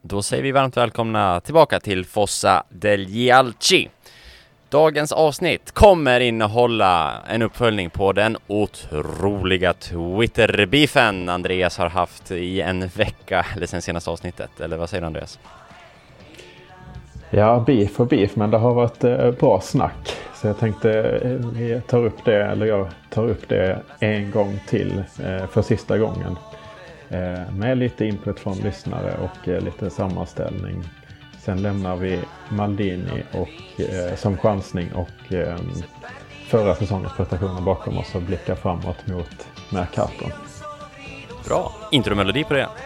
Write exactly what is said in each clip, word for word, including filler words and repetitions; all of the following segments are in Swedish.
Då säger vi varmt välkomna tillbaka till Fossa del Gialci. Dagens avsnitt kommer innehålla en uppföljning på den otroliga Twitter-beefen Andreas har haft i en vecka, eller sen senaste avsnittet. Eller vad säger du, Andreas? Ja, beef och beef, men det har varit eh, bra snack. Så jag tänkte eh, vi tar upp det, eller jag tar upp det en gång till eh, för sista gången. Eh, med lite input från lyssnare och eh, lite sammanställning. Sen lämnar vi Maldini och, eh, som chansning och eh, förra säsongens prestationer bakom oss och blickar framåt mot Mercaton. Bra, intro-melodi på det.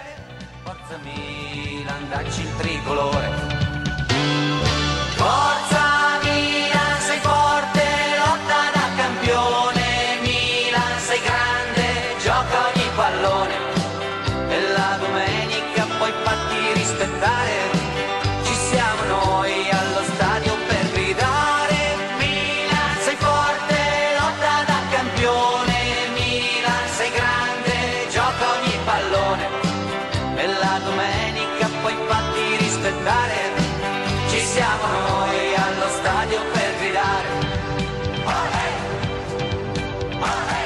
Forza Milan, sei forte, lotta da campione. Milan, sei grande, gioca ogni pallone. E la domenica puoi farti rispettare. Ci siamo noi allo stadio per gridare. Milan, sei forte, lotta da campione. Milan, sei grande, gioca ogni pallone. E la domenica puoi farti rispettare. Ci siamo noi allo stadio per gridare. Olè! Olè!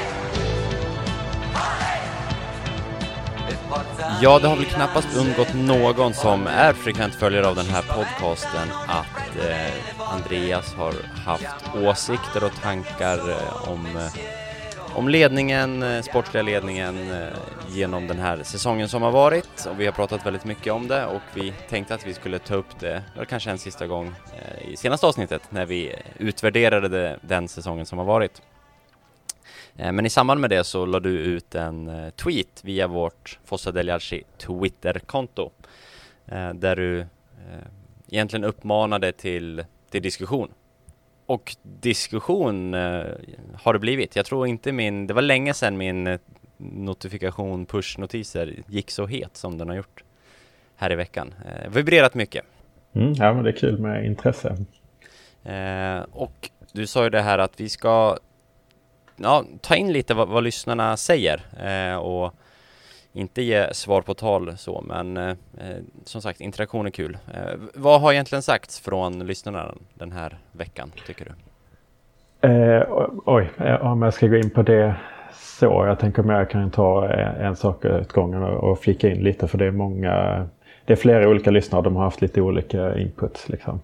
Olè! E forza Ja, det har väl knappast undgått någon som är frekvent följare av den här podcasten att eh, Andreas har haft åsikter och tankar eh, om, eh, om ledningen, eh, sportsliga ledningen eh, genom den här säsongen som har varit. Och vi har pratat väldigt mycket om det och vi tänkte att vi skulle ta upp det, eller kanske en sista gång eh, i senaste avsnittet när vi utvärderade det, den säsongen som har varit. Men i samband med det så la du ut en tweet via vårt Fossa del Gialci Twitter-konto där du egentligen uppmanade till, till diskussion. Och diskussion har det blivit. Jag tror inte min, det var länge sedan min notifikation, push-notiser gick så het som den har gjort här i veckan. Vibrerat mycket. Mm, ja, men det är kul med intresse. Och du sa ju det här att vi ska Ja, ta in lite vad, vad lyssnarna säger eh, och inte ge svar på tal så, men eh, som sagt, interaktion är kul. Eh, vad har egentligen sagts från lyssnarna den här veckan, tycker du? Eh, oj, om jag ska gå in på det så, jag tänker om jag kan ta en sak åt gången och, och flika in lite, för det är många, det är flera olika lyssnare, de har haft lite olika inputs liksom.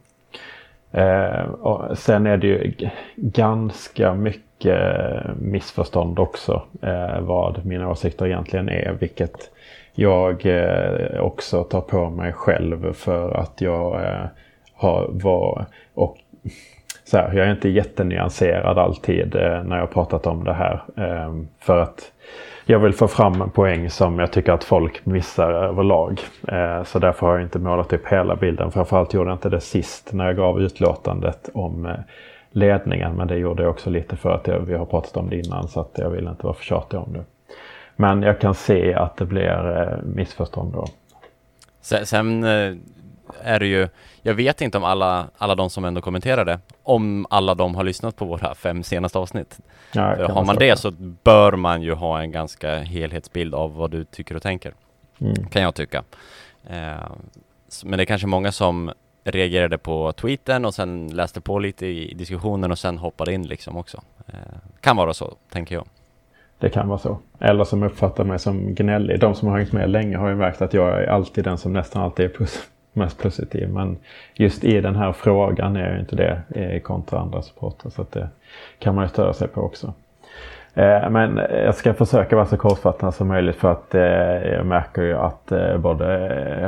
Eh, och sen är det ju g- ganska mycket missförstånd också eh, vad mina åsikter egentligen är, vilket jag eh, också tar på mig själv för att jag eh, har var och så här, jag är inte jättenyanserad alltid eh, när jag har pratat om det här eh, för att jag vill få fram en poäng som jag tycker att folk missar överlag. Eh, så därför har jag inte målat upp hela bilden. Framförallt gjorde jag inte det sist när jag gav utlåtandet om eh, ledningen. Men det gjorde jag också lite för att jag, vi har pratat om det innan, så att jag vill inte vara för tjatig om det. Men jag kan se att det blir eh, missförstånd då. Sen, sen eh, är det ju, jag vet inte om alla, alla de som ändå kommenterade, om alla de har lyssnat på våra fem senaste avsnitt. Ja, För har man det så bör man ju ha en ganska helhetsbild av vad du tycker och tänker. Mm. Kan jag tycka. Eh, men det är kanske många som reagerade på tweeten och sen läste på lite i diskussionen och sen hoppade in liksom också. Eh, kan vara så, tänker jag. Det kan vara så. Eller som uppfattar mig som gnällig. De som har hängt med länge har ju märkt att jag är alltid den som nästan alltid är plus, mest positiv. Men just i den här frågan är jag inte det i kontra andra supporter. Så att det kan man ju störa sig på också. Eh, men jag ska försöka vara så kortfattad som möjligt, för att eh, jag märker ju att eh, både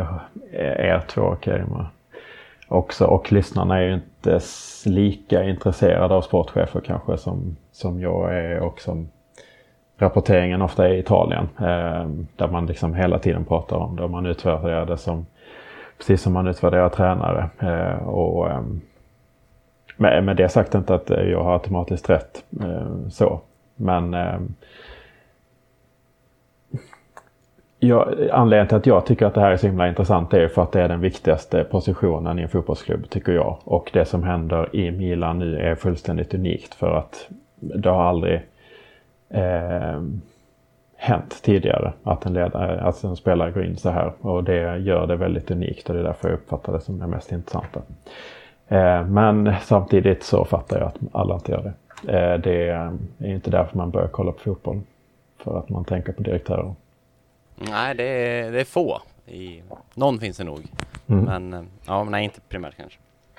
eh, er två och Kerima också och lyssnarna är ju inte lika intresserade av sportchefer kanske som, som jag är, och som rapporteringen ofta är i Italien, eh, där man liksom hela tiden pratar om det och man utvärderar det som, precis som man utvärderar tränare. Eh, och eh, med, med det sagt inte att jag har automatiskt rätt eh, så, men eh, jag, anledningen till att jag tycker att det här är så himla intressant är för att det är den viktigaste positionen i en fotbollsklubb, tycker jag. Och det som händer i Milan nu är fullständigt unikt, för att det har aldrig eh, hänt tidigare att en, ledare, att en spelare går in så här. Och det gör det väldigt unikt och det är därför jag uppfattar det som det mest intressanta. Eh, men samtidigt så fattar jag att alla inte gör det. Eh, det är inte därför man börjar kolla på fotboll. För att man tänker på direktörer. Nej, det är, det är få. I, någon finns det nog. Mm. Men ja, nej, inte primärt kanske.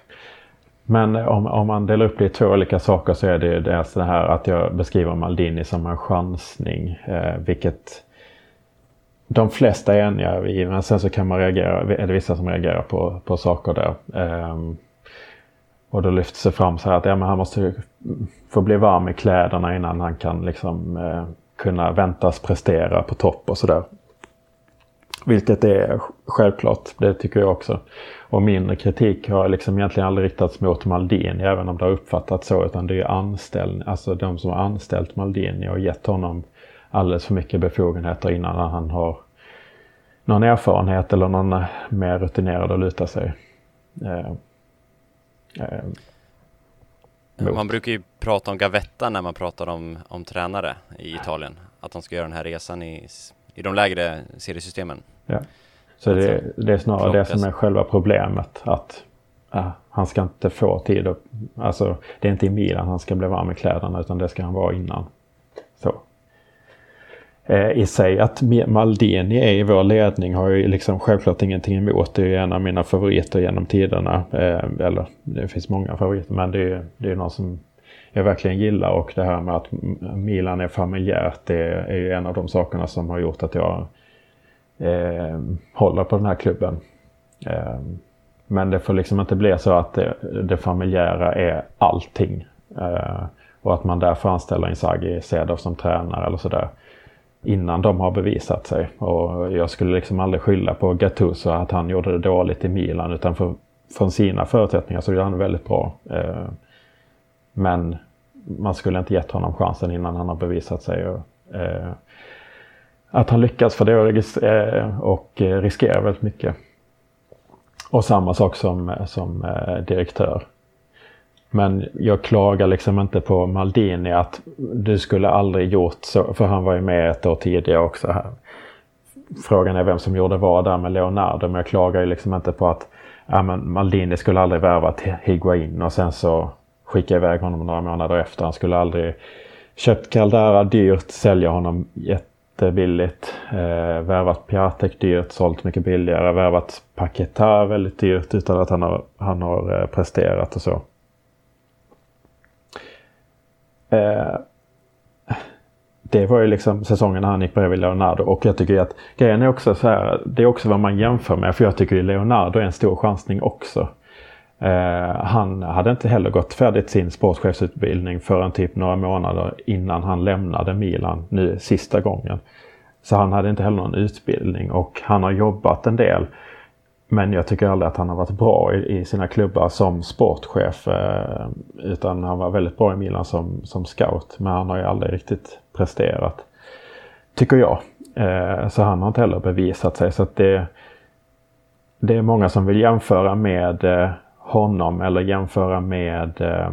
Men om, om man delar upp det i två olika saker så är det dels det här att jag beskriver Maldini som en chansning. Eh, vilket de flesta är eniga i. Men sen så kan man reagera, är det vissa som reagerar på, på saker där. Eh, och då lyfts det fram så här att ja, men han måste få bli varm i kläderna innan han kan liksom, eh, kunna väntas prestera på topp och sådär. Vilket är självklart, det tycker jag också. Och min kritik har liksom egentligen aldrig riktats mot Maldini, även om det har uppfattats så. Utan det är anställd, alltså de som har anställt Maldini och gett honom alldeles för mycket befogenheter innan han har någon erfarenhet eller någon mer rutinerad att luta sig. Eh, eh, man brukar ju prata om gavetta när man pratar om, om tränare i Italien. Att de ska göra den här resan i... i de lägre seriesystemen. Ja. Så alltså, det, det är snarare plockas. Det som är själva problemet. Att äh, han ska inte få tid. Och, alltså, det är inte i Milan han ska bli varm i kläderna utan det ska han vara innan. Så. Eh, I sig att Maldini är i vår ledning har ju liksom självklart ingenting emot. Det är ju en av mina favoriter genom tiderna. Eh, eller det finns många favoriter men det är, det är någon som jag verkligen gillar. Och det här med att Milan är familjärt, det är ju en av de sakerna som har gjort att jag eh, håller på den här klubben. Eh, men det får liksom inte bli så att det, det familjära är allting. Eh, och att man därför anställer Inzaghi Seedorf som tränare eller sådär. Innan de har bevisat sig. Och jag skulle liksom aldrig skylla på Gattuso att han gjorde det dåligt i Milan. Utan för, från sina förutsättningar så gjorde han väldigt bra. Eh, Men man skulle inte gett honom chansen innan han har bevisat sig. Och, eh, att han lyckas för det och, regis- och riskerar väldigt mycket. Och samma sak som, som eh, direktör. Men jag klagar liksom inte på Maldini att du skulle aldrig gjort så. För han var ju med ett år tidigare också här. Frågan är vem som gjorde vad där med Leonardo. Men jag klagar ju liksom inte på att ja, men Maldini skulle aldrig värva till Higuain och sen så skicka iväg honom några månader efter. Han skulle aldrig köpt Caldara dyrt, sälja honom jättebilligt. Eh, värvat Piatek dyrt, sålt mycket billigare. Värvat Paquetá väldigt dyrt utan att han har, han har eh, presterat och så. Eh, det var ju liksom säsongen när han gick bredvid Leonardo. Och jag tycker att grejen är också så här, det är också vad man jämför med. För jag tycker att Leonardo är en stor chansning också. Uh, han hade inte heller gått färdigt sin sportchefsutbildning förrän typ några månader innan han lämnade Milan nu sista gången. Så han hade inte heller någon utbildning och han har jobbat en del. Men jag tycker aldrig att han har varit bra i, i sina klubbar som sportchef. Uh, utan han var väldigt bra i Milan som, som scout. Men han har ju aldrig riktigt presterat. Tycker jag. Uh, så han har inte heller bevisat sig. Så att det, det är många som vill jämföra med... Uh, honom eller jämföra med eh,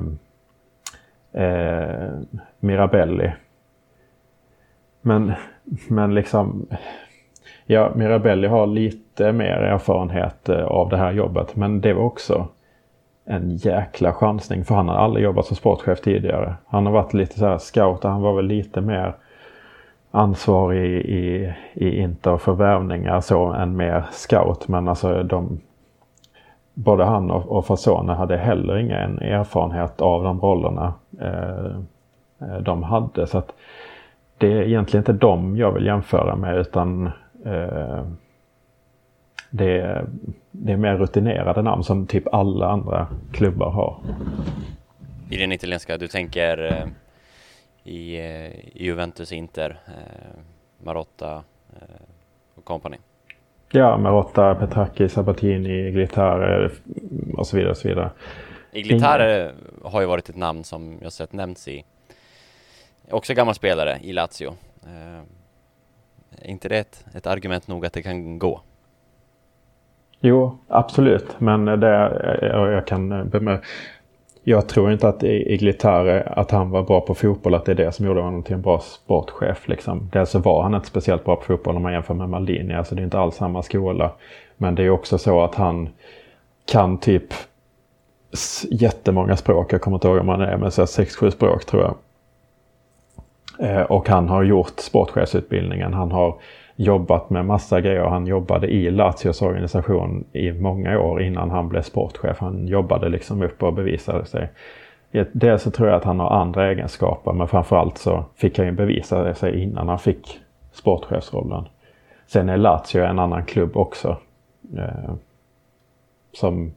eh, Mirabelli. Men, men liksom ja, Mirabelli har lite mer erfarenhet av det här jobbet. Men det var också en jäkla chansning för han har aldrig jobbat som sportchef tidigare. Han har varit lite så här scout och han var väl lite mer ansvarig i, i, i Inter för värvningar så än mer scout. Men alltså de både han och, och Fasone hade heller ingen erfarenhet av de rollerna eh, de hade. Så att det är egentligen inte dem jag vill jämföra med utan eh, det, är, det är mer rutinerade namn som typ alla andra klubbar har. I den italienska, du tänker eh, i, eh, i Juventus, Inter, eh, Marotta eh, och company. Ja, Marotta, Petracchi, Sabatini, Iglitare och så vidare och så vidare. Iglitare har ju varit ett namn som jag sett nämnts i. Också gammal spelare i Lazio. Eh, är inte det ett, ett argument nog att det kan gå? Jo, absolut. Men det, jag, jag kan bemö- jag tror inte att Iglitare, att han var bra på fotboll, att det är det som gjorde honom till en bra sportchef. Liksom. Dels så var han inte speciellt bra på fotboll om man jämför med Maldini. Alltså det är inte alls samma skola. Men det är också så att han kan typ jättemånga språk. Jag kommer inte ihåg om han är med så sex sju språk tror jag. Eh, och han har gjort sportchefsutbildningen. Han har jobbat med massa grejer. Han jobbade i Lazios organisation i många år innan han blev sportchef. Han jobbade liksom upp och bevisade sig. Dels så tror jag att han har andra egenskaper, men framförallt så fick han ju bevisa sig innan han fick sportchefsrollen. Sen är Lazio en annan klubb också. Eh, som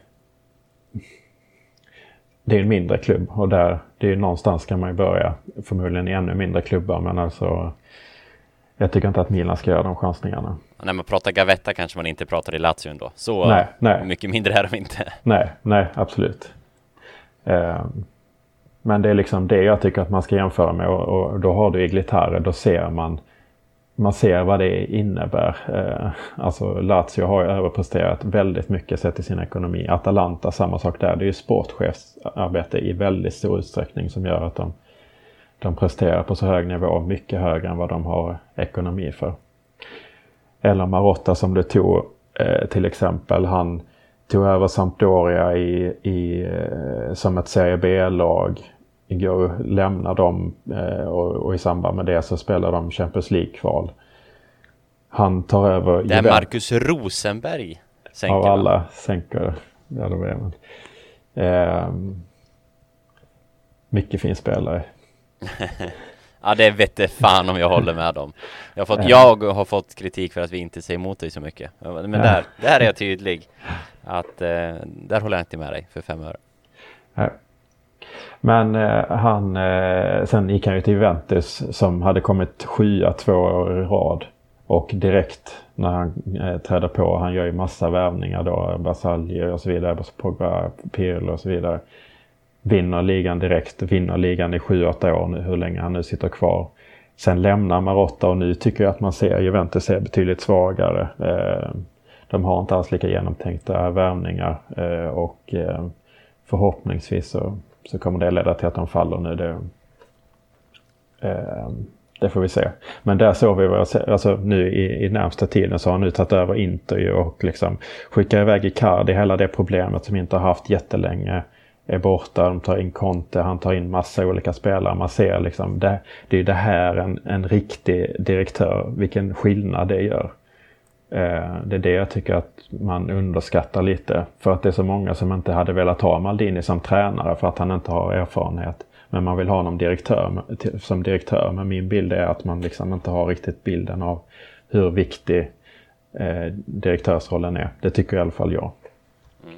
det är en mindre klubb och där det är någonstans kan man ju börja, förmodligen i ännu mindre klubbar, men alltså jag tycker inte att Milan ska göra de chansningarna. När man pratar Gavetta kanske man inte pratar i Lazio ändå. Så nej, nej. mycket mindre är de inte. Nej, nej, absolut. Eh, men det är liksom det jag tycker att man ska jämföra med, och, och då har du Iglitare, då ser man man ser vad det innebär. Eh, alltså Lazio har ju överpresterat väldigt mycket sett i sin ekonomi. Atalanta, samma sak där. Det är ju sportchefsarbete i väldigt stor utsträckning som gör att de, de presterar på så hög nivå, mycket högre än vad de har ekonomi för. Eller Marotta som du tog eh, till exempel. Han tog över Sampdoria i, i, eh, som ett Serie B-lag. Igår lämnar de eh, och, och i samband med det så spelar de Champions League-kval. Han tar över... Det är Marcus Rosenberg sänker av alla man. Sänker. Ja, det är man. Eh, mycket fin spelare. Ja, det vet jag fan om jag håller med dem. Jag har fått, jag har fått kritik för att vi inte säger emot dig så mycket. Men där, där är jag tydlig. Att, eh, där håller jag inte med dig för fem öre. Nej. Men eh, han, eh, sen gick han ju till Juventus som hade kommit sjua två år i rad. Och direkt när han eh, trädde på, han gör ju massa värvningar då, Basaglio och så vidare, Pogba, Pirlo och så vidare. Vinner ligan direkt, vinner ligan i sju åtta år nu, hur länge han nu sitter kvar. Sen lämnar Marotta och nu tycker jag att man ser Juventus är betydligt svagare. Eh, de har inte alls lika genomtänkta värvningar eh, och eh, förhoppningsvis så så kommer det leda till att de faller nu. Det, eh, det får vi se. Men där såg vi, alltså nu i, i närmsta tiden så har han nu tagit över Inter och liksom skickar iväg Icardi, hela det problemet som inte har haft jättelänge är borta. De tar in Conte, han tar in massa olika spelare. Man ser liksom, det, det är det här en, en riktig direktör, vilken skillnad det gör. Eh, det är det jag tycker att man underskattar lite, för att det är så många som inte hade velat ha Maldini som tränare för att han inte har erfarenhet, men man vill ha honom direktör, som direktör. Men min bild är att man liksom inte har riktigt bilden av hur viktig eh, direktörsrollen är. Det tycker i alla fall jag. Mm.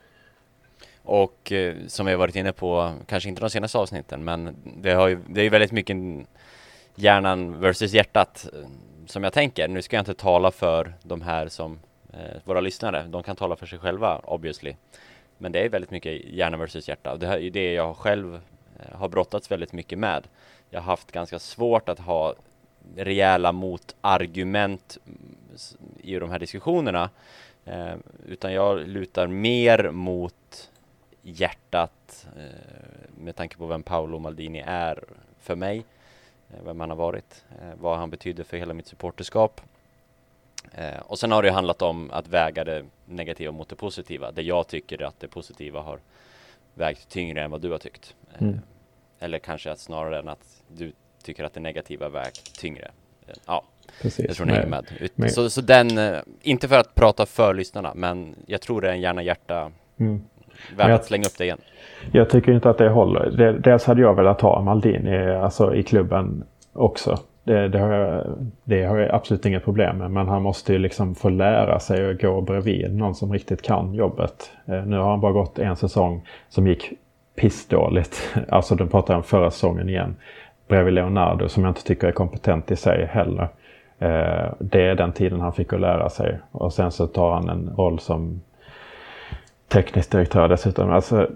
Och eh, som vi har varit inne på, kanske inte de senaste avsnitten, men det, har ju, det är ju väldigt mycket hjärnan versus hjärtat som jag tänker. Nu ska jag inte tala för de här som eh, våra lyssnare. De kan tala för sig själva, obviously. Men det är väldigt mycket hjärna versus hjärta. Och det här är ju det jag själv eh, har brottats väldigt mycket med. Jag har haft ganska svårt att ha rejäla motargument i de här diskussionerna. Eh, utan jag lutar mer mot hjärtat eh, med tanke på vem Paolo Maldini är för mig. Vem han har varit, vad han betyder för hela mitt supporterskap. Eh, och sen har det handlat om att väga det negativa mot det positiva. Där jag tycker att det positiva har vägt tyngre än vad du har tyckt. Eh, mm. Eller kanske att snarare än att du tycker att det negativa vägt tyngre. Eh, ja, precis. Jag tror ni är med. med. Så, så den, eh, inte för att prata för lyssnarna, men jag tror det är en gärna hjärta mm. värd att slänga upp det igen. Jag tycker inte att det håller. Det, dels hade jag velat ha Maldini alltså, i klubben också. Det, det, har jag, det har jag absolut inga problem med. Men han måste ju liksom få lära sig att gå bredvid någon som riktigt kan jobbet. Eh, nu har han bara gått en säsong som gick pissdåligt. Alltså de pratar om förra säsongen igen. Bredvid Leonardo som jag inte tycker är kompetent i sig heller. Eh, det är den tiden han fick att lära sig. Och sen så tar han en roll som teknisk direktör dessutom. Alltså,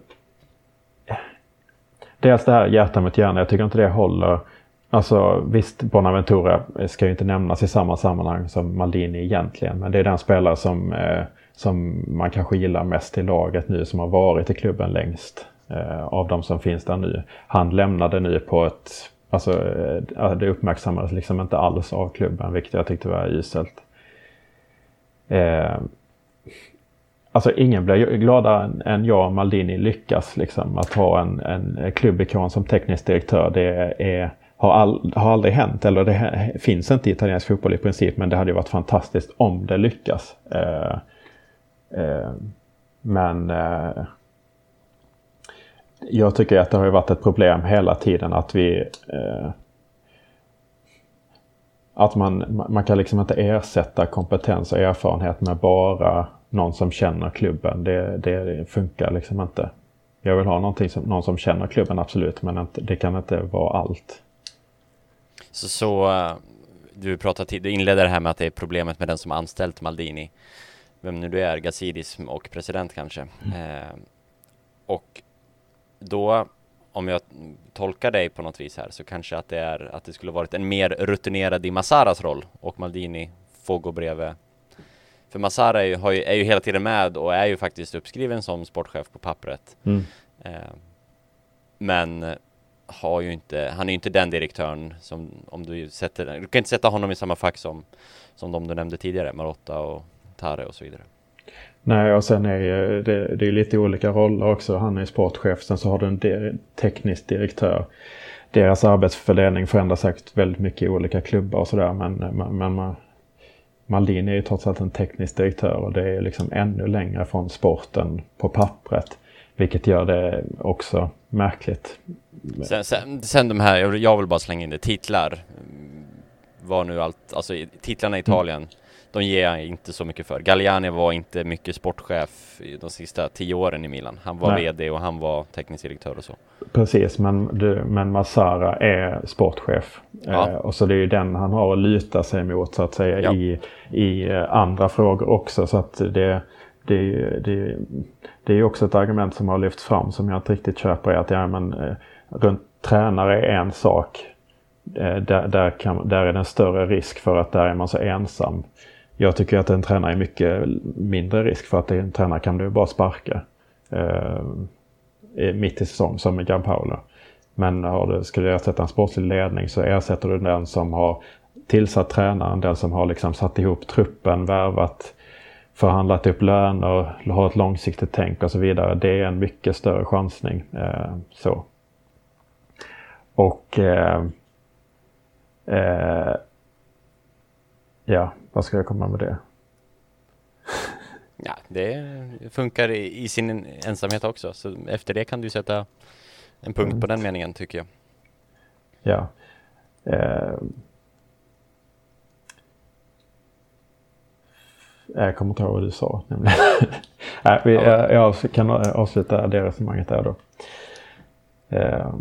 dels det här hjärta mot hjärna, jag tycker inte det håller. Alltså visst, Bonaventura ska ju inte nämnas i samma sammanhang som Maldini egentligen. Men det är den spelare som, eh, som man kanske gillar mest i laget nu, som har varit i klubben längst. eh, av de som finns där nu. Han lämnade nu på ett, alltså eh, det uppmärksammades liksom inte alls av klubben, vilket jag tyckte var uselt. Eh, alltså ingen blir gladare än, än jag och Maldini lyckas liksom att ha en, en klubbikon som teknisk direktör. Det är Har, all, har aldrig hänt, eller det finns inte i italiensk fotboll i princip, men det hade ju varit fantastiskt om det lyckas. Eh, eh, men eh, jag tycker att det har ju varit ett problem hela tiden att vi eh, att man, man kan liksom inte ersätta kompetens och erfarenhet med bara någon som känner klubben. Det, det funkar liksom inte. Jag vill ha någonting som, någon som känner klubben, absolut, men inte, det kan inte vara allt. Så, så du pratade, du inledde det här med att det är problemet med den som anställt Maldini. Vem nu det är, Gazidis och president kanske. Mm. Eh, och då, om jag tolkar dig på något vis här, så kanske att det är att det skulle varit en mer rutinerad i Massaras roll och Maldini får gå bredvid. För Massara är ju, har ju, är ju hela tiden med och är ju faktiskt uppskriven som sportchef på pappret. Mm. Eh, men har ju inte, han är ju inte den direktören som, om du sätter, du kan inte sätta honom i samma fack som, som de du nämnde tidigare, Marotta och Tare och så vidare. Nej, och sen är det, det är lite olika roller också. Han är sportchef, sen så har du en de, teknisk direktör. Deras arbetsfördelning förändras säkert väldigt mycket i olika klubbar och sådär, men, men, men Maldini är ju trots allt en teknisk direktör och det är liksom ännu längre från sporten på pappret, vilket gör det också märkligt. Sen, sen, sen de här, jag, jag vill bara slänga in det, titlar var nu allt, alltså titlarna i Italien, mm. de ger jag inte så mycket för. Galliani var inte mycket sportchef de sista tio åren i Milan. Han var Nej. vd och han var teknisk direktör och så. Precis, men, du, men Massara är sportchef. Ja. Eh, och så det är ju den han har att luta sig mot så att säga ja. i, i andra frågor också. Så att det, det, det, det är också ett argument som har lyfts fram som jag inte riktigt köper, är att ja, men, eh, runt tränare är en sak. Eh, där, där, kan, där är det en större risk för att där är man så ensam. Jag tycker att en tränare är mycket mindre risk, för att en tränare kan du bara sparka eh, mitt i säsong som med Gianpaolo. Men har du, skulle jag sätta en sportslig ledning så ersätter du den som har tillsatt tränaren, den som har liksom satt ihop truppen, värvat, förhandlat upp löner, har ett långsiktigt tänk och så vidare. Det är en mycket större chansning. Eh, så. Och eh, eh, ja, vad ska jag komma med det? Ja, det funkar i, i sin ensamhet också. Så efter det kan du sätta en punkt mm. på den meningen, tycker jag. Ja. Eh, jag kommer inte ihåg vad du sa. Nämligen. Nej, vi, ja. jag, jag kan avsluta det resonemanget där då. Eh,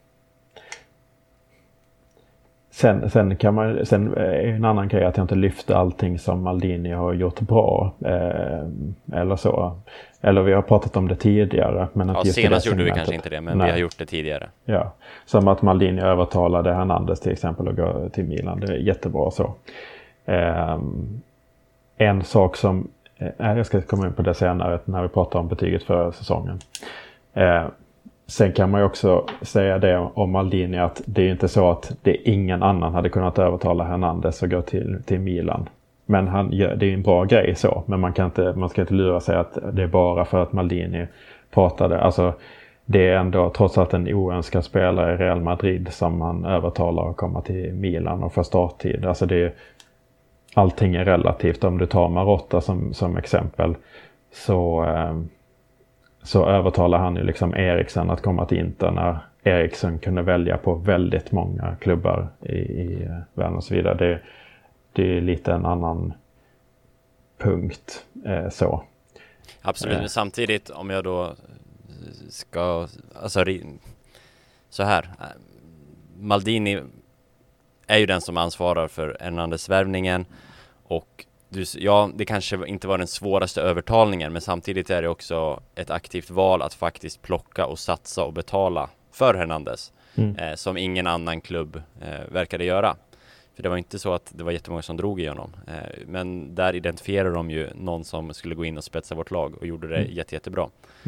Sen, sen, kan man, sen är en annan grej att jag inte lyfter allting som Maldini har gjort bra. Eh, eller så. Eller vi har pratat om det tidigare. Men ja, inte senast gjorde vi kanske inte det, men Nej. vi har gjort det tidigare. Ja, som att Maldini övertalade Hernandez till exempel att gå till Milan. Det är jättebra så. Eh, en sak som, eh, jag ska komma in på det senare när vi pratar om betyget för säsongen. Eh, Sen kan man ju också säga det om Maldini, att det är inte så att det ingen annan hade kunnat övertala Hernandez att gå till, till Milan. Men han, det är ju en bra grej så, men man, kan inte, man ska inte lura sig att det är bara för att Maldini pratade. Alltså det är ändå trots allt en oönskad spelare i Real Madrid som man övertalar att komma till Milan och få starttid. Alltså det är, allting är relativt. Om du tar Marotta som, som exempel så... Eh, så övertalar han ju liksom Eriksen att komma till Inter när Eriksen kunde välja på väldigt många klubbar i, i världen och så vidare. Det, det är lite en annan punkt eh, så. Absolut, men samtidigt om jag då ska, alltså så här, Maldini är ju den som ansvarar för Hernandez-värvningen och Du, ja, det kanske inte var den svåraste övertalningen, men samtidigt är det också ett aktivt val att faktiskt plocka och satsa och betala för Hernandez mm. eh, som ingen annan klubb eh, verkade göra. För det var inte så att det var jättemånga som drog i honom. Eh, men där identifierade de ju någon som skulle gå in och spetsa vårt lag och gjorde det mm. jätte, jättebra. Mm.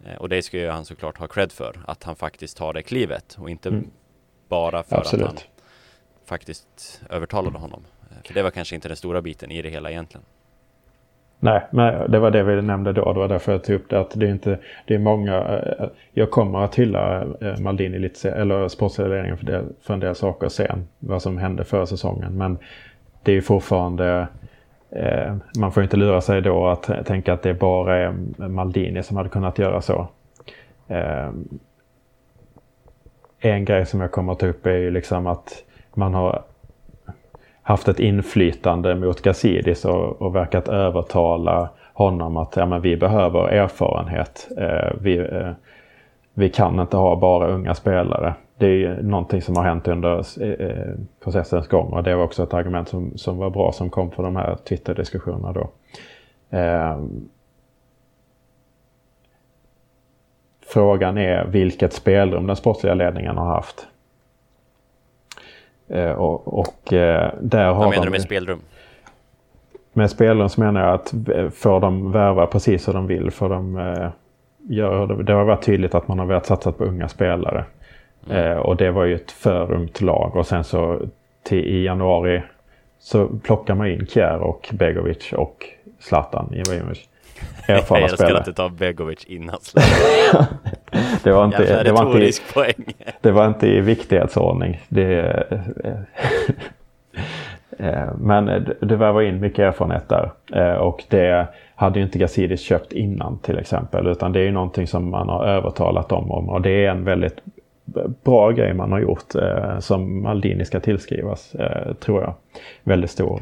Eh, och det ska ju han såklart ha cred för, att han faktiskt tar det klivet och inte mm. bara för Absolut. att han faktiskt övertalade honom. Eh, för det var kanske inte den stora biten i det hela egentligen. Nej, men det var det vi nämnde då. Det var därför jag tog upp det. Att det är inte, det är många, jag kommer att hylla Maldini lite, eller sportledningen för, del, för en del saker sen. Vad som hände förra säsongen. Men det är ju fortfarande, eh, man får inte lura sig då att tänka att det bara är Maldini som hade kunnat göra så. Eh, en grej som jag kommer att ta upp är ju liksom att man har haft ett inflytande mot Gazidis och, och verkat övertala honom att ja, men vi behöver erfarenhet. Eh, vi, eh, vi kan inte ha bara unga spelare. Det är ju någonting som har hänt under eh, processens gång, och det var också ett argument som, som var bra som kom för de här Twitter-diskussionerna då. Eh, frågan är vilket spelrum den sportsliga ledningen har haft. Eh, och, och eh, där har Vad menar de, du med spelrum? Med spelrum så menar jag att får de värva precis som de vill, för de eh, gör, det har varit tydligt att man har velat satsa på unga spelare. Mm. Eh, och det var ju ett för ungt lag, och sen så till, i januari så plockar man in Kjär och Begovic och Zlatan Ibrahimovic. Erfarna jag älskar att du tar Begovic innan Zlatan. det var inte det var inte i, poäng. Det var inte i viktighetsordning. Det men det var in mycket erfarenhet där, och det hade ju inte Gazidis köpt innan till exempel, utan det är ju någonting som man har övertalat dem om, och det är en väldigt bra grej man har gjort som Maldini ska tillskrivas, tror jag. Väldigt stor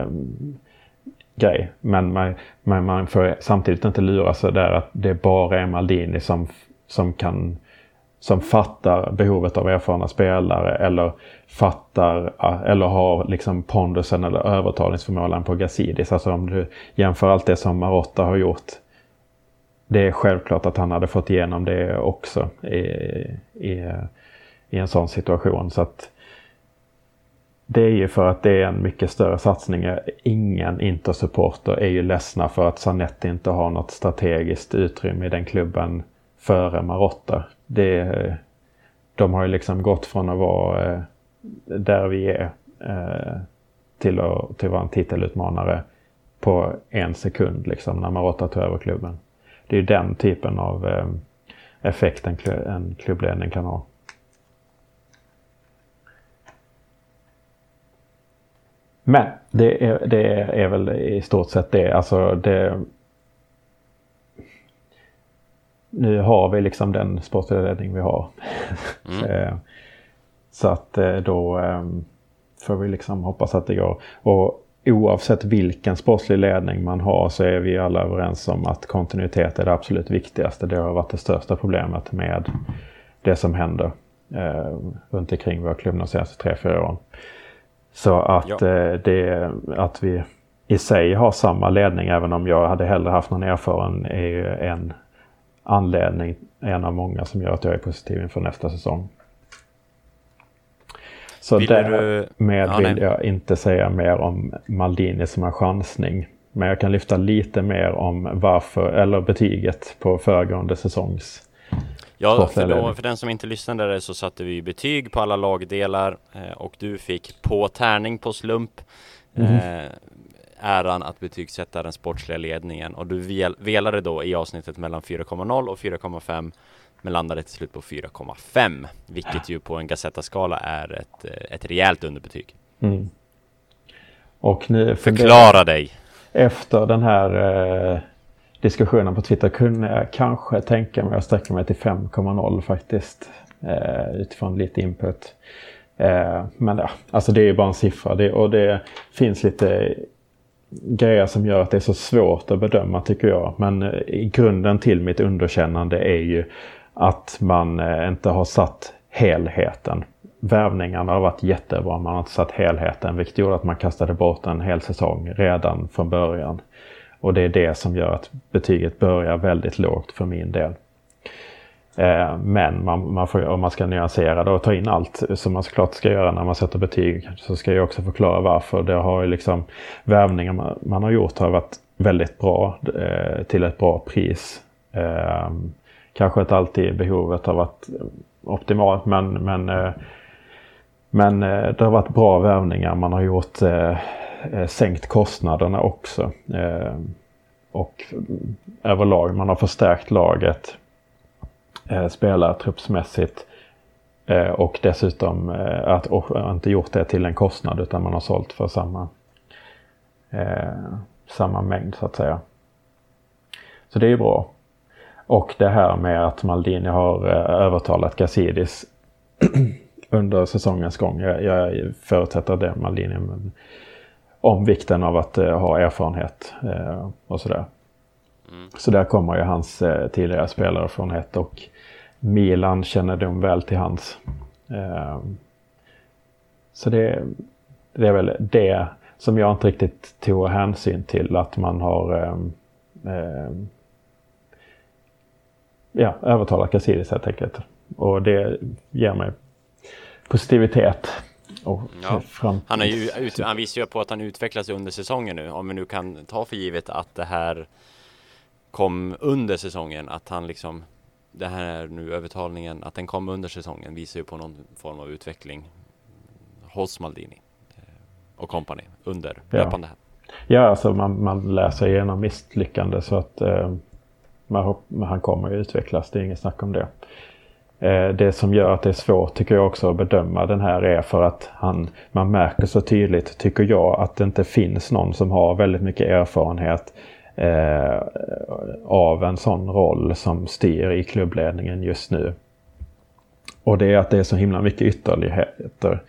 grej, men man, man, man får samtidigt inte lura sig där att det bara är Maldini som, som kan som fattar behovet av erfarna spelare, eller fattar eller har liksom pondusen eller övertalningsförmågan på Gazidis. Alltså om du jämför allt det som Marotta har gjort, det är självklart att han hade fått igenom det också i, i, i en sån situation. Så att det är ju för att det är en mycket större satsning. Ingen Inter-supporter är ju ledsna för att Zanetti inte har något strategiskt utrymme i den klubben före Marotta. Det, de har ju liksom gått från att vara eh, där vi är eh, till att till vara en titelutmanare på en sekund liksom, när Marotta tog över klubben. Det är ju den typen av eh, effekt en, en klubbledning kan ha. Men det är, det är väl i stort sett det. Alltså det... Nu har vi liksom den sportledning vi har. Mm. Så att då får vi liksom hoppas att det går. Och oavsett vilken sportslig ledning man har så är vi alla överens om att kontinuitet är det absolut viktigaste. Det har varit det största problemet med det som händer eh, runt omkring våra klubb de senaste tre fyra åren. Så att, ja. det, att vi i sig har samma ledning, även om jag hade hellre haft någon erfaren, är ju en anledning, en av många som gör att jag är positiv inför nästa säsong. Så vill därmed ja, vill jag inte säga mer om Maldini som en chansning. Men jag kan lyfta lite mer om varför, eller betyget på föregående säsongs. Ja, för, då, för den som inte lyssnade så satte vi betyg på alla lagdelar eh, och du fick på tärning på slump eh, mm. äran att betygsätta den sportsliga ledningen. Och du vel, velade då i avsnittet mellan fyra komma noll och fyra komma fem, men landade till slut på fyra komma fem, vilket ju på en Gazzetta-skala är ett, ett rejält underbetyg. Mm. Och ni förklara dig! Efter den här... Eh, diskussionen på Twitter kunde jag kanske tänka mig att sträcka mig till fem komma noll faktiskt. Eh, utifrån lite input. Eh, men ja, alltså det är ju bara en siffra. Det, och det finns lite grejer som gör att det är så svårt att bedöma, tycker jag. Men eh, i grunden till mitt underkännande är ju att man eh, inte har satt helheten. Värvningarna har varit jättebra, man har inte satt helheten. Vilket gjorde att man kastade bort en hel säsong redan från början. Och det är det som gör att betyget börjar väldigt lågt för min del. Eh, men man, man får, om man ska nyansera det och ta in allt som man såklart ska göra när man sätter betyg, så ska jag också förklara varför. Det har ju liksom, värvningar man, man har gjort har varit väldigt bra eh, till ett bra pris. Eh, kanske inte alltid behovet har varit optimalt, men, men, eh, men eh, det har varit bra värvningar. Man har gjort eh, sänkt kostnaderna också. Eh, och överlag, man har förstärkt laget, eh, spelar truppsmässigt. Och dessutom att och inte gjort det till en kostnad, utan man har sålt för samma, eh, samma mängd så att säga. Så det är ju bra. Och det här med att Maldini har eh, övertalat Gazidis under säsongens gång. Jag, jag förutsätter det, Maldini, men, om vikten av att eh, ha erfarenhet eh, och sådär. Mm. Så där kommer ju hans eh, tidigare spelarerfarenhet, och Milan känner de väl till hans. Eh, så det, det är väl det som jag inte riktigt tog hänsyn till, att man har eh, eh, ja, övertalat Gazidis helt enkelt. Och det ger mig positivitet. Och ja. fram- han, är ju ut, han visar ju på att han utvecklas under säsongen nu. Om vi nu kan ta för givet att det här kom under säsongen, att han liksom, det här nu övertalningen, att den kom under säsongen, visar ju på någon form av utveckling hos Maldini och company under löpande här. Ja, alltså man, man läser igenom misslyckande, så att eh, man, han kommer ju utvecklas, det är inget snack om det. Eh, det som gör att det är svårt, tycker jag också, att bedöma den här är för att han, man märker så tydligt, tycker jag, att det inte finns någon som har väldigt mycket erfarenhet Eh, av en sån roll som styr i klubbledningen just nu. Och det är att det är så himla mycket ytterligheter.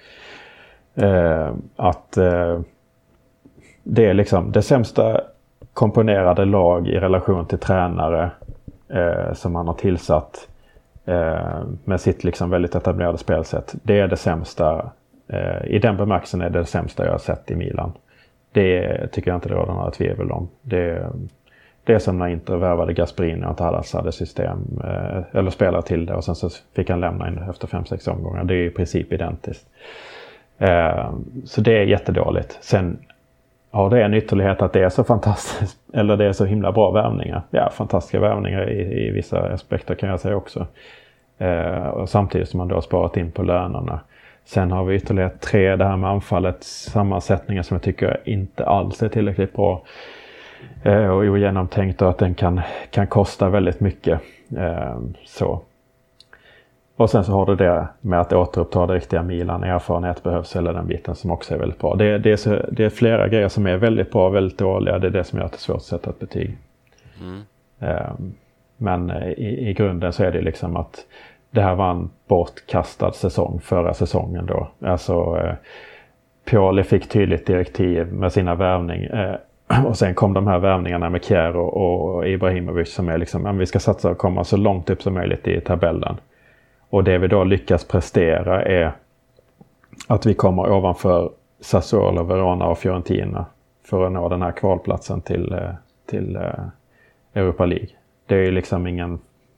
Eh, att eh, det är liksom det sämsta komponerade lag i relation till tränare eh, som man har tillsatt eh, med sitt liksom väldigt etablerade spelsätt. Det är det sämsta, eh, i den bemärkelsen är det det sämsta jag har sett i Milan. Det tycker jag inte det råder några tvivel om. Det, det är som när Inter värvade Gasperini och inte alls hade system eh, eller spelade till det, och sen så fick han lämna in efter fem sex omgångar. Det är i princip identiskt. Eh, så det är jättedåligt. Sen har det en ytterlighet att det är så fantastiskt, eller det är så himla bra värvningar. Ja, fantastiska värvningar i, i vissa aspekter kan jag säga också. Eh, och samtidigt som man då har sparat in på lönerna. Sen har vi ytterligare tre, det här med anfallets sammansättningar som jag tycker inte alls är tillräckligt bra eh, och ogenomtänkt, och att den kan, kan kosta väldigt mycket. Eh, så. Och sen så har du det med att återuppta det riktiga Milan, erfarenhet behövs, eller den biten som också är väldigt bra. Det, det, är, så, det är flera grejer som är väldigt bra och väldigt dåliga, det är det som gör att det är svårt att sätta ett betyg. Mm. Eh, men i, i grunden så är det liksom att det här var en bortkastad säsong förra säsongen då. Alltså eh, Pioli fick tydligt direktiv med sina värvning. Eh, och sen kom de här värvningarna med Kjär och, och Ibrahimovic som är liksom, ja, vi ska satsa och komma så långt upp som möjligt i tabellen. Och det vi då lyckas prestera är att vi kommer ovanför Sassuolo, Verona och Fiorentina för att nå den här kvalplatsen till, eh, till eh, Europa League. Det är ju liksom ingen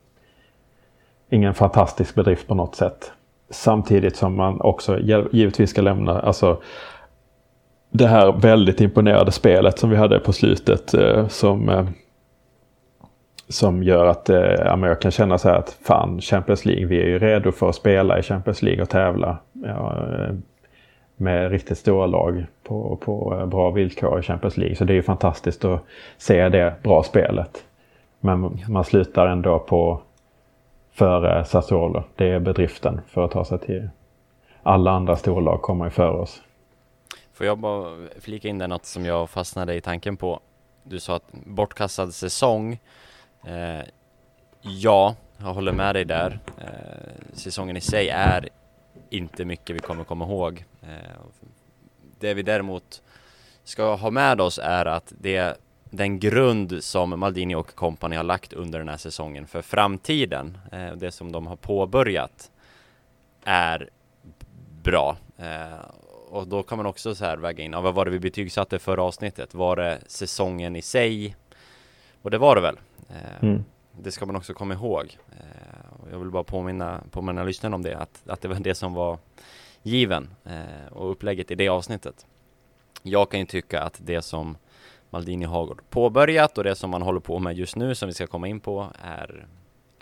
Ingen fantastisk bedrift på något sätt. Samtidigt som man också givetvis ska lämna alltså, det här väldigt imponerade spelet som vi hade på slutet. Eh, som, eh, som gör att eh, ja, jag kan känna så här att fan, Champions League, vi är ju redo för att spela i Champions League och tävla. Ja, eh, med riktigt stora lag på, på bra villkor i Champions League. Så det är ju fantastiskt att se det bra spelet. Men man slutar ändå på före Sassuolo. Det är bedriften för att ta sig till. Alla andra storlag kommer ju före oss. Får jag bara flika in där något som jag fastnade i tanken på. Du sa att bortkastad säsong. Eh, ja, jag håller med dig där. Eh, säsongen i sig är inte mycket vi kommer komma ihåg. Eh, det vi däremot ska ha med oss är att det den grund som Maldini och company har lagt under den här säsongen för framtiden, eh, det som de har påbörjat, är bra. Eh, och då kan man också så här väga in, ja, vad var det vi betygsatte förra avsnittet? Var det säsongen i sig? Och det var det väl. Eh, mm. Det ska man också komma ihåg. Eh, och jag vill bara påminna, påminna lyssnarna om det, att, att det var det som var given eh, och upplägget i det avsnittet. Jag kan ju tycka att det som Maldini har påbörjat och det som man håller på med just nu, som vi ska komma in på, är,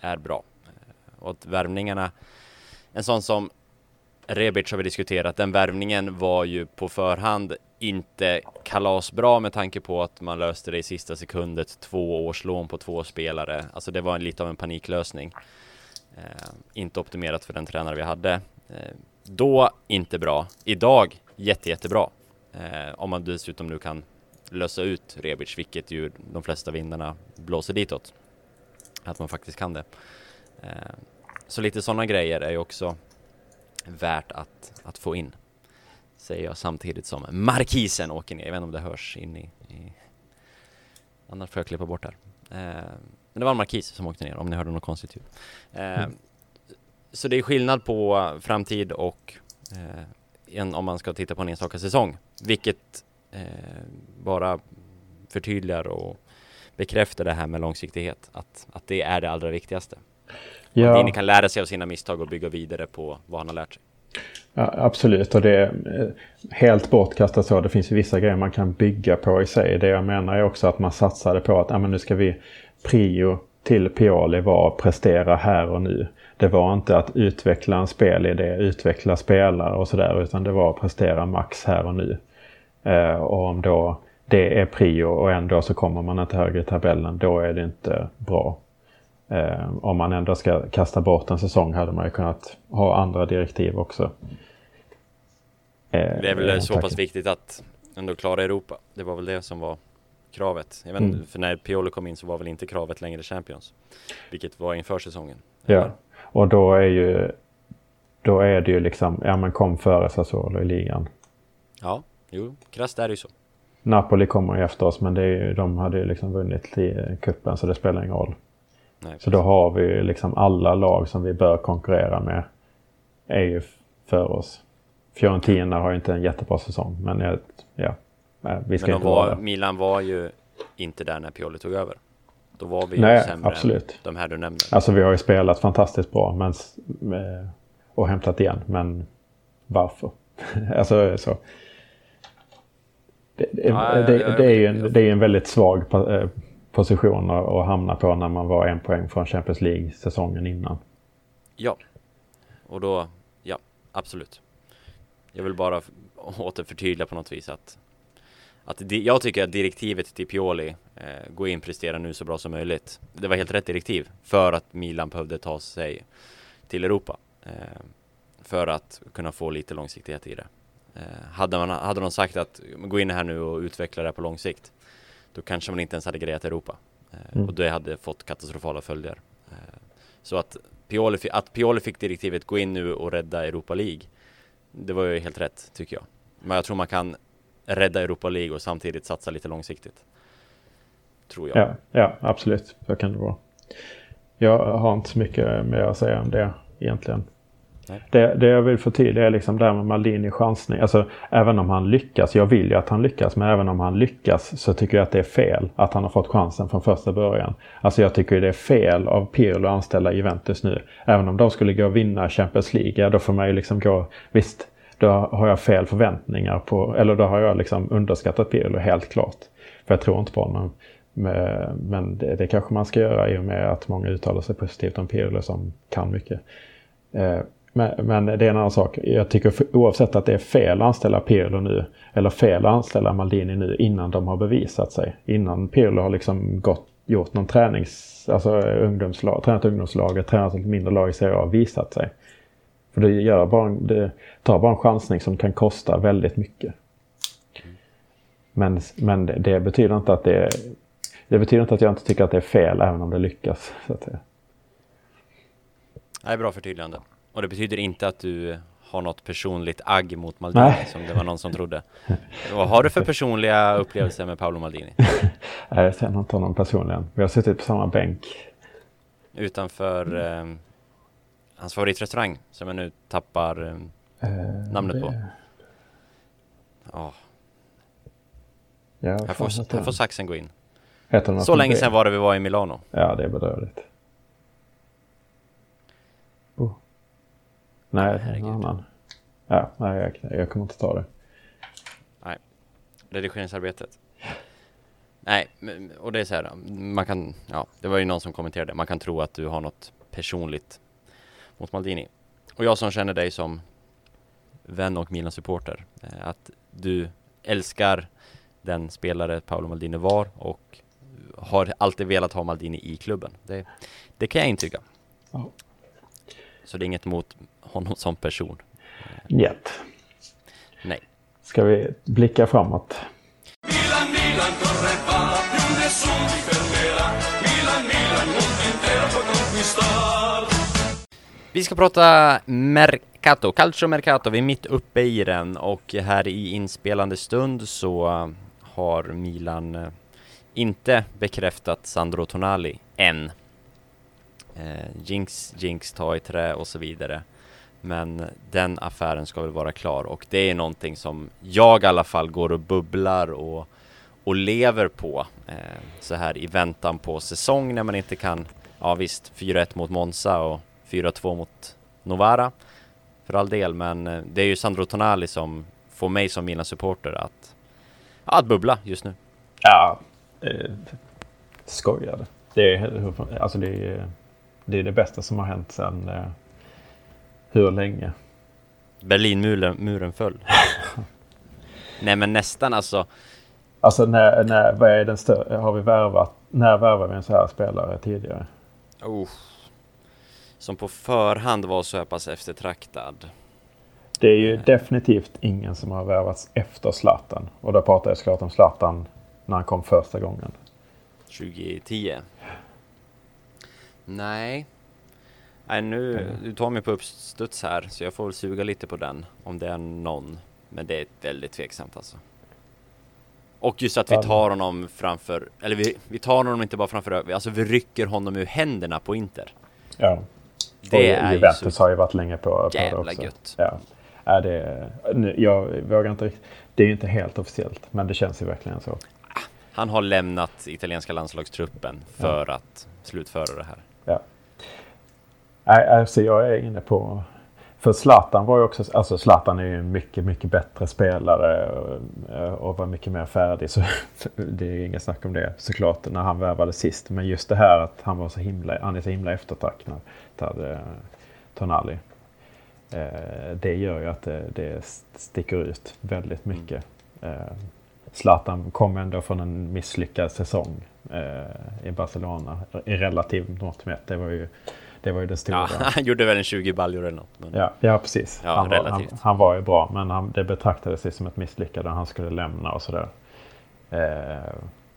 är bra. Och att värvningarna, en sån som Rebic har vi diskuterat, den värvningen var ju på förhand inte kalasbra med tanke på att man löste det i sista sekundet, två års lån på två spelare. Alltså det var en, lite av en paniklösning. Eh, inte optimerat för den tränare vi hade. Eh, då inte bra. Idag jätte, jättebra. Eh, om man dessutom nu kan lösa ut Rebic, vilket ju de flesta vindarna blåser ditåt. Att man faktiskt kan det. Eh, så lite sådana grejer är ju också värt att, att få in. Säger jag samtidigt som markisen åker ner. Jag vet inte om det hörs in i... i... Annars får jag klippa bort där. Eh, men det var en markis som åkte ner, om ni hörde något konstigt ljud. Eh, mm. Så det är skillnad på framtid och eh, en, om man ska titta på en enstaka säsong. Vilket eh, bara förtydligar och bekräftar det här med långsiktighet. Att, att det är det allra viktigaste. Ja. Att Dini kan lära sig av sina misstag och bygga vidare på vad han har lärt sig. Ja, absolut, och det är helt bortkastat så. Det finns ju vissa grejer man kan bygga på i sig. Det jag menar är också att man satsade på att ja, men nu ska vi prio till Pioli var att prestera här och nu. Det var inte att utveckla en spelidé, utveckla spelare och sådär, utan det var att prestera max här och nu. Eh, och om då det är prio och ändå så kommer man inte högre i tabellen, då är det inte bra. Eh, om man ändå ska kasta bort en säsong hade man ju kunnat ha andra direktiv också. Eh, det är väl eh, så pass viktigt att ändå klara Europa. Det var väl det som var kravet. Jag vet, mm. För när Pioli kom in så var väl inte kravet längre Champions. Vilket var inför säsongen. Ja, och då är ju då är det ju liksom, ja men kom före Sassuolo i ligan. Ja, jo, krasst är det ju så. Napoli kommer ju efter oss, men det är ju, de hade ju liksom vunnit i kuppen så det spelar ingen roll. Nej, så då har vi liksom alla lag som vi bör konkurrera med är ju för oss. Fiorentina har ju inte en jättebra säsong, men jag, ja, vi ska men inte var, vara där. Milan var ju inte där när Pioli tog över. Då var vi ju Nej, sämre absolut. än de här du nämnde. Alltså vi har ju spelat fantastiskt bra men, och hämtat igen, men varför? alltså så. Det, det, ja, det, det, det är ju en, det är en väldigt svag position att hamna på när man var en poäng från Champions League säsongen innan. Ja, och då, ja, absolut. Jag vill bara återförtydliga på något vis att, att jag tycker att direktivet till Pioli eh, gå in, prestera nu så bra som möjligt. Det var helt rätt direktiv för att Milan behövde ta sig till Europa. Eh, för att kunna få lite långsiktighet i det. Eh, hade, man, hade de sagt att gå in här nu och utveckla det på lång sikt, då kanske man inte ens hade grejat Europa. Eh, mm. Och det hade fått katastrofala följder. Eh, så att Pioli, att Pioli fick direktivet gå in nu och rädda Europa League, det var ju helt rätt tycker jag. Men jag tror man kan rädda Europa League och samtidigt satsa lite långsiktigt. Tror jag. Ja, ja absolut. Så kan det vara. Jag har inte så mycket mer att säga om det egentligen. Det, det jag vill förtydliga är liksom där med Maldini chansning. Alltså även om han lyckas, jag vill ju att han lyckas, men även om han lyckas så tycker jag att det är fel att han har fått chansen från första början. Alltså jag tycker det är fel av Pirlo att anställa Juventus nu. Även om de skulle gå och vinna Champions League, ja, då får man ju liksom gå, visst, då har jag fel förväntningar på, eller då har jag liksom underskattat Pirlo helt klart. För jag tror inte på honom. Men det, det kanske man ska göra i och med att många uttalar sig positivt om Pirlo som kan mycket. Men, men det är en annan sak. Jag tycker för, oavsett att det är fel att anställa Pirlo nu eller fel att anställa Maldini nu innan de har bevisat sig. Innan Pirlo har liksom gått, gjort någon tränings, alltså ungdomslag, tränat ungdomslaget, tränat ett mindre lag i Serie A, visat sig. För det, gör bara, det tar bara en chansning som kan kosta väldigt mycket. Men, men det, det betyder inte att det det betyder inte att jag inte tycker att det är fel även om det lyckas. Så att säga. Det är bra förtydligande. Och det betyder inte att du har något personligt agg mot Maldini. Nej. Som det var någon som trodde. Vad har du för personliga upplevelser med Paolo Maldini? Nej, jag känner inte honom personligen. Vi har suttit på samma bänk. Utanför eh, hans favoritrestaurang som jag nu tappar eh, uh, namnet det... på. Oh. Ja, här, får, här får saxen gå in. Så länge sedan var det vi var i Milano. Ja, det är bedrövligt. Oh. Nej, det är en annan. Ja, nej, jag, jag kommer inte ta det. Nej, redigeringsarbetet. Nej, och det är så här, man kan, ja, det var ju någon som kommenterade, man kan tro att du har något personligt mot Maldini. Och jag som känner dig som vän och Milan-supporter, eh, att du älskar den spelare Paolo Maldini var och har alltid velat ha Maldini i klubben. Det, det kan jag intyga. Ja. Så det är inget mot honom som person. Njet. Nej. Ska vi blicka framåt? Milan, Milan, corre va, più nessuno ti fermerà. Milan, Milan, mondo intero può conquistar. Vi ska prata Mercato, Calcio Mercato. Vi är mitt uppe i den och här i inspelande stund så har Milan inte bekräftat Sandro Tonali än. Eh, jinx, jinx, ta i trä och så vidare. Men den affären ska väl vara klar och det är någonting som jag i alla fall går och bubblar och, och lever på eh, så här i väntan på säsong när man inte kan, ja visst, fyra ett mot Monza och fyra två mot Novara för all del, men eh, det är ju Sandro Tonali som får mig som Milan-supporter att, ja, att bubbla just nu. Ja, eh, skojade. Det är, alltså det är, det är det bästa som har hänt sedan eh, hur länge? Berlinmuren muren föll. Nej men nästan alltså. Alltså när, när vad är den stö- har vi värvat, när värvar vi en så här spelare tidigare? Oh. Som på förhand var så här pass eftertraktad. Det är ju definitivt ingen som har värvats efter Zlatan. Och då pratar jag såklart om Zlatan när han kom första gången. tjugo tio. Nej. Nej, nu, mm. du tar mig på uppstuds här så jag får väl suga lite på den om det är någon. Men det är väldigt tveksamt alltså. Och just att vi tar honom framför, eller vi, vi tar honom inte bara framför, alltså vi rycker honom ur händerna på Inter. Ja. Det och är Juventus ju så har ju varit länge på, på jävla det också. gött. Ja. Är det, jag vågar inte riktigt, det är ju inte helt officiellt, men det känns ju verkligen så. Han har lämnat italienska landslagstruppen för ja. att slutföra det här. Ja. Alltså jag är inne på, för Zlatan var ju också, alltså Zlatan är ju en mycket, mycket bättre spelare och, och var mycket mer färdig, så det är inget snack om det såklart när han värvade sist, men just det här att han var så himla, han är så himla eftertraktad eh, Tonali, eh, det gör ju att det, det sticker ut väldigt mycket. Mm. eh, Zlatan kom ändå från en misslyckad säsong eh, i Barcelona i relativt mått mätt. Det var ju Det var ju det stora. Ja, han gjorde väl en tjugo baljor eller något. Men... Ja, ja, precis. Ja, han, var, han, han var ju bra, men han, det betraktades sig som ett misslyckande. Han skulle lämna och sådär. Eh,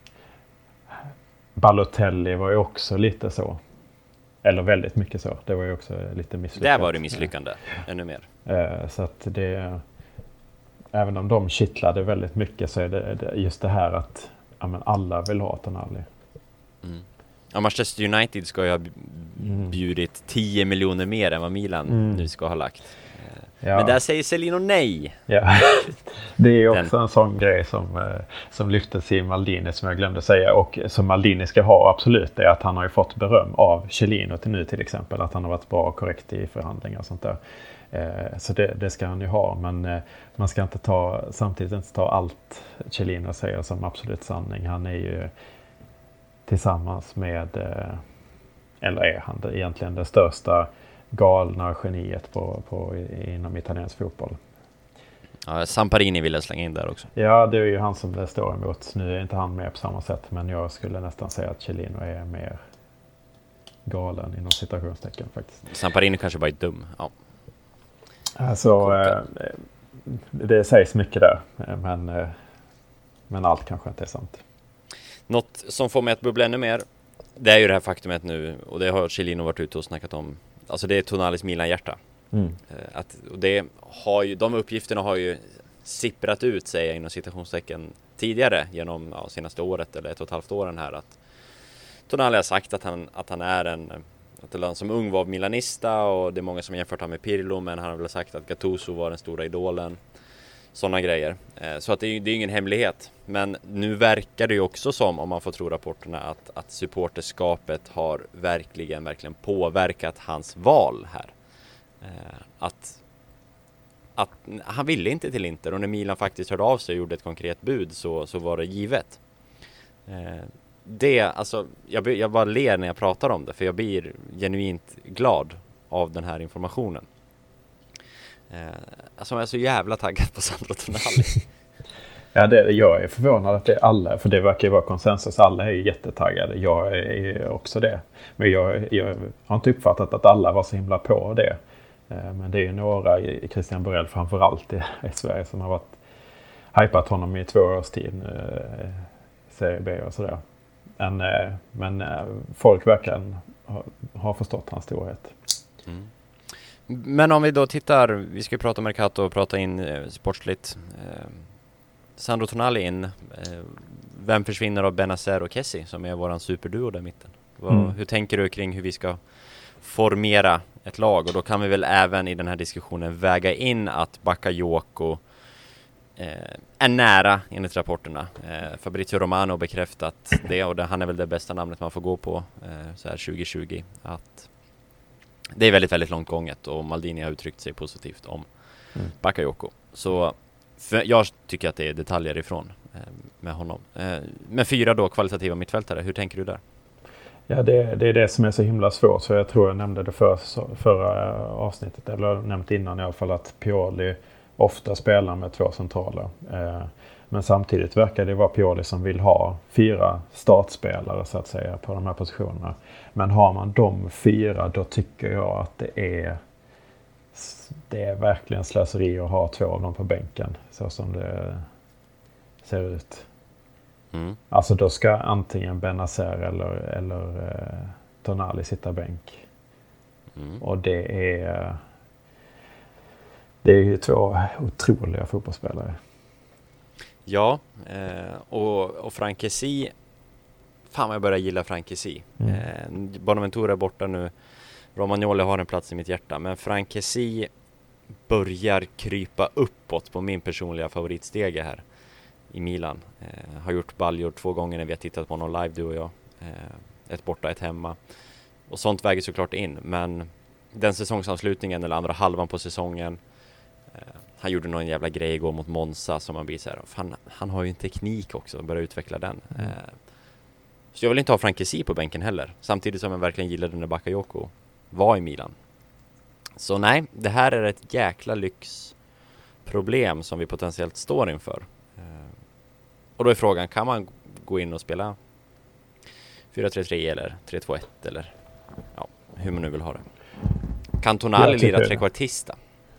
Balotelli var ju också lite så. Eller väldigt mycket så. Det var ju också lite misslyckande. Där var det misslyckande, ja. Ännu mer. Eh, så att det... Även om de kittlade väldigt mycket så är det, det just det här att ja, men alla vill ha Tonali. Mm. Ja, Manchester United ska ju ha bjudit tio miljoner mer än vad Milan mm. nu ska ha lagt. Ja. Men där säger Celino nej. Ja. Det är också Den. en sån grej som, som lyftes i Maldini som jag glömde säga. Och som Maldini ska ha absolut är att han har ju fått beröm av Celino till nu till exempel. Att han har varit bra och korrekt i förhandlingar och sånt där. Så det, det ska han ju ha. Men man ska inte ta, samtidigt inte ta allt Celino säger som absolut sanning. Han är ju tillsammans med, eller är han det, egentligen det största galna geniet på, på, inom italiensk fotboll. Ja, Samparini vill jag slänga in där också. Ja, det är ju han som det står emot. Nu är inte han med på samma sätt, men jag skulle nästan säga att Celino är mer galen inom citationstecken faktiskt. Samparini kanske bara är dum, ja. Alltså, eh, det sägs mycket där, men, eh, men allt kanske inte är sant. Något som får mig att bubbla ännu mer, det är ju det här faktumet nu, och det har Celino varit ute och snackat om. Alltså det är Tonalis Milan-hjärta. Mm. Att, och det har ju, de uppgifterna har ju sipprat ut, säger jag inom citationstecken, tidigare genom ja, senaste året eller ett och ett halvt åren här, att Tonali har sagt att han, att han är en, att han som ung var milanista, och det är många som jämfört han med Pirlo, men han har väl sagt att Gattuso var den stora idolen. Sådana grejer. Så att det är, det är ingen hemlighet. Men nu verkar det ju också som, om man får tro rapporterna, att, att supporterskapet har verkligen, verkligen påverkat hans val här. Att, att han ville inte till Inter, och när Milan faktiskt hörde av sig och gjorde ett konkret bud så, så var det givet. det, alltså, jag, jag bara ler när jag pratar om det, för jag blir genuint glad av den här informationen. Eh, alltså jag är så jävla taggad på Sandro Tonali. Ja, det, jag är förvånad att det är alla, för det verkar ju vara konsensus. Alla är ju jättetaggade. Jag är också det. Men jag, jag har inte uppfattat att alla var så himla på det. Men det är ju några, Christian Borell framförallt i, i Sverige, som har varit hypat honom i två års tid nu, Serie B och sådär. Men, men folk verkar ha, ha förstått hans storhet. Mm. Men om vi då tittar, vi ska ju prata om Mercato och prata in eh, sportsligt. Eh, Sandro Tonali in. Eh, vem försvinner av Benazer och Kessie som är våran superduo där i mitten? Vad, mm. Hur tänker du kring hur vi ska formera ett lag? Och då kan vi väl även i den här diskussionen väga in att Bakayoko eh, är nära enligt rapporterna. Eh, Fabrizio Romano bekräftat det, och det, han är väl det bästa namnet man får gå på eh, så här tjugo tjugo. Att det är väldigt, väldigt långt gånget, och Maldini har uttryckt sig positivt om mm. Bakayoko. Så jag tycker att det är detaljer ifrån eh, med honom. Eh, med fyra då kvalitativa mittfältare, hur tänker du där? Ja, det, det är det som är så himla svårt. Så jag tror jag nämnde det för, förra avsnittet, eller nämnt innan i alla fall, att Pioli ofta spelar med två centraler. Eh, men samtidigt verkar det vara Pioli som vill ha fyra startspelare så att säga på de här positionerna. Men har man de fyra, då tycker jag att det är det är verkligen slöseri att ha två av dem på bänken så som det ser ut. Mm. Alltså då ska antingen Benazer eller, eller eh, Tonali sitta bänk. Mm. Och det är det är ju två otroliga fotbollsspelare. Ja, eh, och, och Frank Kessie, fan vad jag börjar gilla Frank Kessie. Mm. Eh, Bonaventura är borta nu. Romagnoli har en plats i mitt hjärta, men Frank Kessie börjar krypa uppåt på min personliga favoritstege här i Milan. Eh, har gjort baljor två gånger när vi har tittat på honom live, du och jag. Eh, ett borta, ett hemma. Och sånt väger såklart in, men den säsongsavslutningen eller andra halvan på säsongen, eh, han gjorde någon jävla grej igår mot Monza som man blir så här, fan, han har ju en teknik också, börja utveckla den. Mm. Eh, så jag vill inte ha Frank Kessie på bänken heller, samtidigt som jag verkligen gillade när Bakayoko var i Milan. Så nej, det här är ett jäkla lyxproblem som vi potentiellt står inför. Eh, och då är frågan, kan man gå in och spela fyra tre tre eller tre två ett eller ja, hur man nu vill ha det. Kan Tonali lira trekvartista?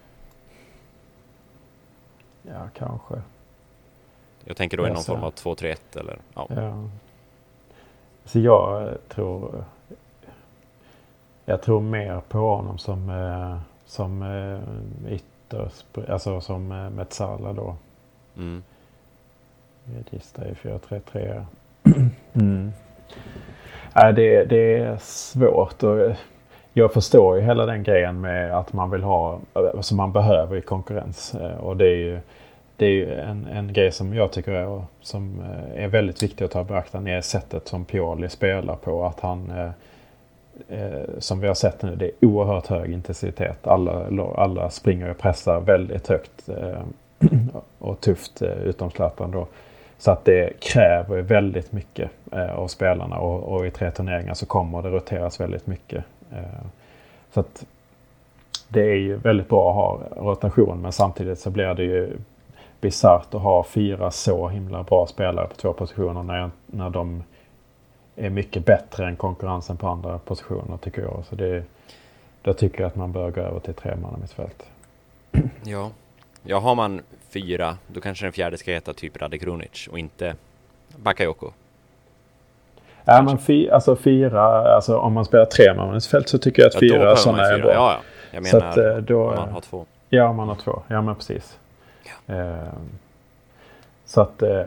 Ja, kanske. Jag tänker då i någon form av två tre ett eller ja. Ja. Så jag tror jag tror mer på honom som eh, som eh, ytters, alltså som eh, Mezzala då. Mm. Regista i fyra tre tre. Mm. Äh, det, det är svårt, och jag förstår ju hela den grejen med att man vill ha, alltså man behöver i konkurrens, och det är ju, det är ju en, en grej som jag tycker är, som är väldigt viktig att ta i beaktande, är sättet som Pioli spelar på, att han eh, som vi har sett nu, det är oerhört hög intensitet, alla, alla springer och pressar väldigt högt eh, och tufft eh, utom Zlatan då. Så att det kräver väldigt mycket eh, av spelarna, och, och i tre turneringar så kommer det roteras väldigt mycket. Eh, så att det är ju väldigt bra att ha rotation, men samtidigt så blir det ju bisarrt att ha fyra så himla bra spelare på två positioner när, när de är mycket bättre än konkurrensen på andra positioner, tycker jag. Så det, då tycker jag att man bör gå över till tre man i mittfält. Ja. Ja, har man fyra, då kanske den fjärde ska heta typ Rade Krunic och inte Bakayoko. Ja, men fy, alltså fyra, alltså om man spelar tre man i mittfält så tycker jag att ja, fyra sådana är bra. Ja, ja. Jag menar att, då, om man har två. Ja, om man har två. Ja, men precis. Ja. Eh, så att eh,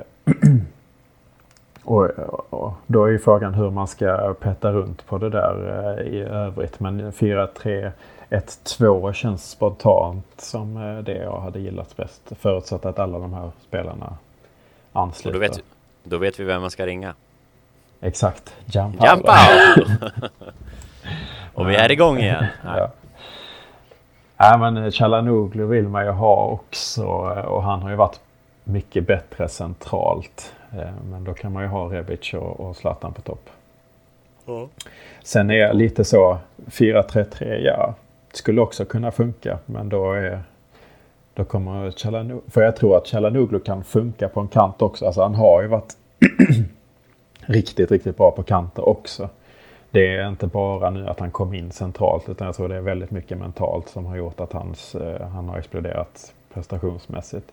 och, och då är ju frågan hur man ska peta runt på det där eh, i övrigt. Men fyra tre ett två känns spontant som det jag hade gillat bäst, förutsatt att alla de här spelarna ansluter. Och då vet, då vet vi vem man ska ringa. Exakt, Gianpaolo. Gianpaolo! Och vi är igång igen. Ja. Ja, men Çalhanoğlu vill man ju ha också, och han har ju varit mycket bättre centralt Eh, men då kan man ju ha Rebic och, och Zlatan på topp. Ja. Sen är jag lite så fyra tre tre, ja, skulle också kunna funka, men då är då kommer Çalhanoğlu, för jag tror att Çalhanoğlu kan funka på en kant också. Alltså han har ju varit riktigt, riktigt bra på kanter också. Det är inte bara nu att han kom in centralt, utan jag tror det är väldigt mycket mentalt som har gjort att hans, eh, han har exploderat prestationsmässigt.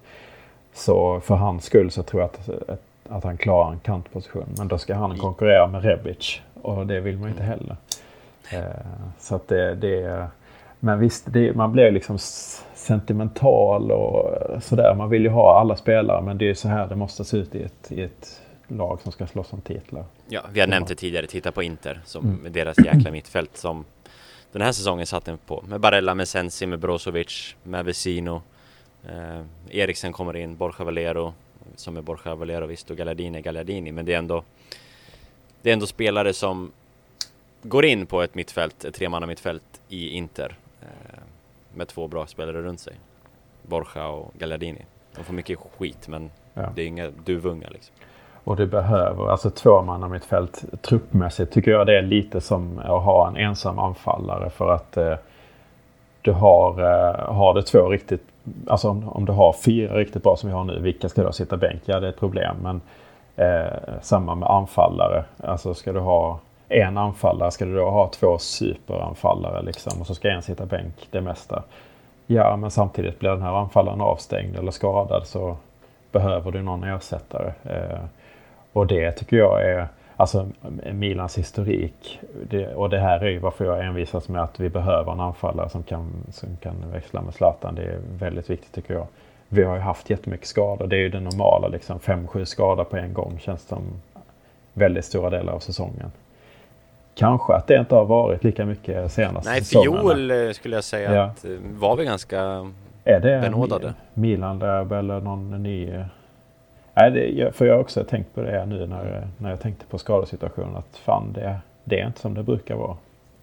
Så för hans skull så tror jag att, att, att han klarar en kantposition. Men då ska han konkurrera med Rebic, och det vill man inte heller. Eh, så att det, det men visst, det, man blir liksom sentimental och sådär. Man vill ju ha alla spelare, men det är så här det måste se ut i ett, i ett lag som ska slåss om titlar. Ja, vi har nämnt det tidigare, titta på Inter som mm. deras jäkla mittfält som den här säsongen satt den på. Med Barella, med Sensi, med Brozovic, med Vecino. Eh, Eriksen kommer in, Borja Valero som är Borja Valero, visst, och Gallardini, Gallardini. Men det är ändå det är ändå spelare som går in på ett mittfält, ett tremanna mittfält i Inter. Eh, med två bra spelare runt sig. Borja och Gallardini. De får mycket skit, men ja. Det är inga duvungar liksom. Och det behöver, alltså två man av mitt fält truppmässigt tycker jag det är lite som att ha en ensam anfallare, för att eh, du har, eh, har det två riktigt, alltså om, om du har fyra riktigt bra som vi har nu, vilka ska då sitta bänk? Ja, det är ett problem, men eh, samma med anfallare, alltså ska du ha en anfallare, ska du då ha två superanfallare liksom, och så ska en sitta bänk det mesta. Ja, men samtidigt blir den här anfallaren avstängd eller skadad, så behöver du någon ersättare. Eh, och det tycker jag är, alltså Milans historik, det, och det här är ju varför jag envisas med att vi behöver en anfallare som kan, som kan växla med Zlatan. Det är väldigt viktigt tycker jag. Vi har ju haft jättemycket skador, det är ju det normala liksom, fem sju skador på en gång känns som väldigt stora delar av säsongen. Kanske att det inte har varit lika mycket senaste Nej, säsongerna. Fiol skulle jag säga ja. att var vi ganska är det benådade. Milan där eller någon ny... Nej, det, för jag har också tänkt på det nu när, när jag tänkte på skadesituationen, att fan, det, det är inte som det brukar vara.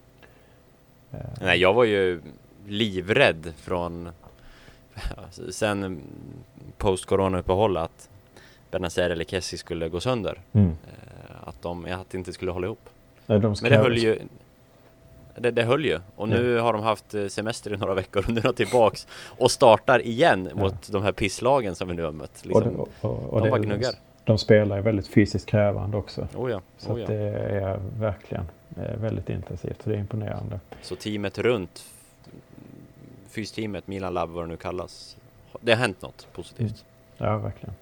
Nej, jag var ju livrädd från sen post-corona-uppehåll att Benazer eller Kessie skulle gå sönder. Mm. Att de att det inte skulle hålla ihop. Nej, de Men det höll ju det, det höll ju. Och nu ja. har de haft semester i några veckor och nu är de tillbaks och startar igen ja. mot de här pisslagen som vi nu har mött. Liksom, och det, och, och de det, var gnuggar. De, de spelar ju väldigt fysiskt krävande också. Oh ja. Så oh ja. att det är verkligen är väldigt intensivt, så det är imponerande. Så teamet runt, fysteamet, Milan Lab, vad det nu kallas, det har hänt något positivt. Mm. Ja, verkligen.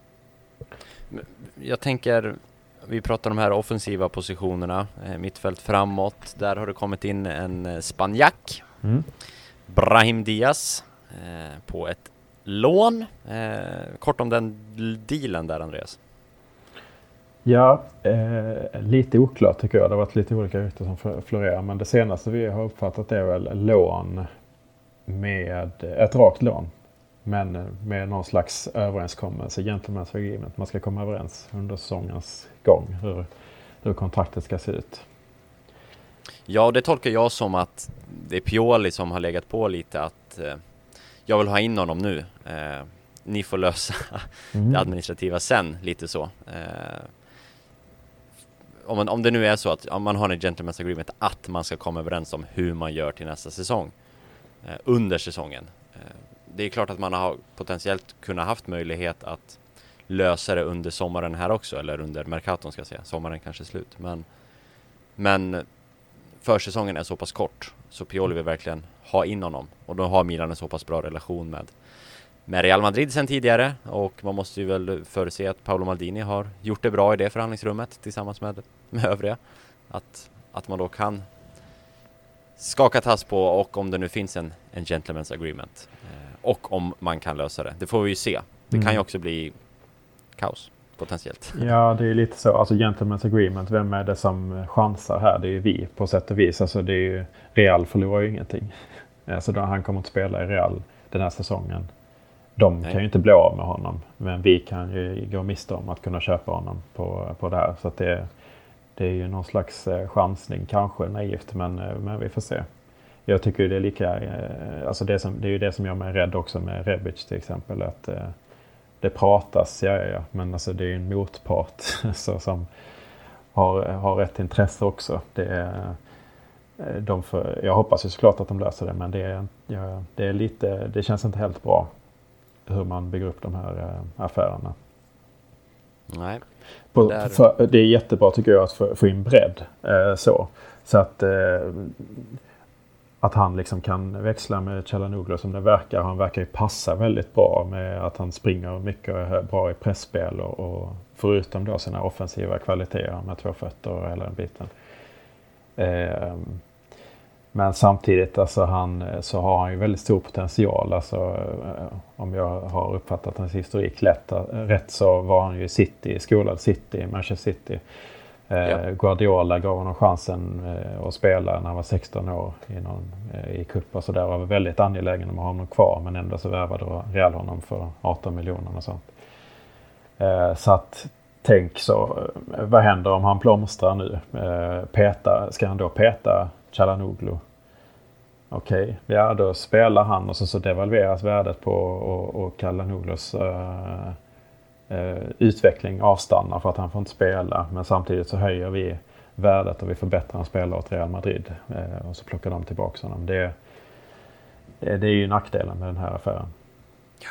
Jag tänker, vi pratar om de här offensiva positionerna, eh, mittfält framåt. Där har det kommit in en eh, spanjack, mm. Brahim Diaz, eh, på ett lån. Eh, kort om den dealen där, Andreas. Ja, eh, lite oklart tycker jag. Det har varit lite olika rykten som florerar. Men det senaste vi har uppfattat är väl lån med ett rakt lån. Men med någon slags överenskommelse, gentleman's agreement. Man ska komma överens under säsongens gång hur, hur kontraktet ska se ut. Ja, det tolkar jag som att det är Pioli som har legat på lite att eh, jag vill ha in honom nu. Eh, ni får lösa mm. det administrativa sen, lite så. Eh, om, man, om det nu är så att om man har en gentleman's agreement att man ska komma överens om hur man gör till nästa säsong eh, under säsongen. Eh, det är klart att man har potentiellt kunnat haft möjlighet att lösa det under sommaren här också, eller under Mercaton ska jag säga. Sommaren kanske är slut, men men försäsongen är så pass kort så Pioli vill verkligen ha in honom, och då har Milan en så pass bra relation med med Real Madrid sen tidigare, och man måste ju väl förutse att Paolo Maldini har gjort det bra i det förhandlingsrummet tillsammans med, med övriga, att, att man då kan skaka tass på, och om det nu finns en, en gentleman's agreement eh, och om man kan lösa det, det får vi ju se. Det mm. kan ju också bli kaos potentiellt. Ja, det är lite så. Alltså gentleman's agreement, vem är det som chansar här? Det är ju vi på sätt och vis. Alltså det är ju, Real förlorar ju ingenting. Alltså då, han kommer att spela i Real den här säsongen. De Nej. kan ju inte bli av med honom, men vi kan ju gå miste om att kunna köpa honom på, på det här. Så att det, det är ju någon slags eh, chansning, kanske naivt, men, eh, men vi får se. Jag tycker det är lika, eh, alltså det, som, det är ju det som gör mig rädd också med Rebic till exempel, att eh, det pratas, ja, ja, men alltså det är en motpart så, som har, har rätt intresse också. Det är, de för, jag hoppas ju såklart att de löser det, men det är, ja, det är lite, det känns inte helt bra hur man bygger upp de här affärerna. Nej. På, för, det är jättebra tycker jag att få, få in bredd eh, så. Så att, eh, att han liksom kan växla med Çalhanoğlu som det verkar. Han verkar ju passa väldigt bra med att han springer mycket och är bra i pressspel och, och förutom då sina offensiva kvaliteter med två fötter och hela den biten. Eh, men samtidigt alltså han, så har han ju väldigt stor potential. Alltså, eh, om jag har uppfattat hans historik lätt, rätt så var han ju City, skolad City, Manchester City. Eh, ja. Guardiola gav honom chansen eh, att spela när han var sexton år i, någon, eh, i cup och sådär. Och var väldigt angelägen om att ha honom kvar, men ändå så värvade Real honom för arton miljoner och sånt. Eh, så att tänk så, vad händer om han plomstrar nu? Eh, peta, ska han då peta Çalhanoğlu? Okej, okay. Ja då spelar han och så, så devalveras värdet på och, och Çalhanoğlus uh, uh, utveckling avstannar för att han får inte spela. Men samtidigt så höjer vi värdet och vi förbättrar en spelare åt Real Madrid uh, och så plockar de tillbaka honom. Det, det, det är ju nackdelen med den här affären. Ja.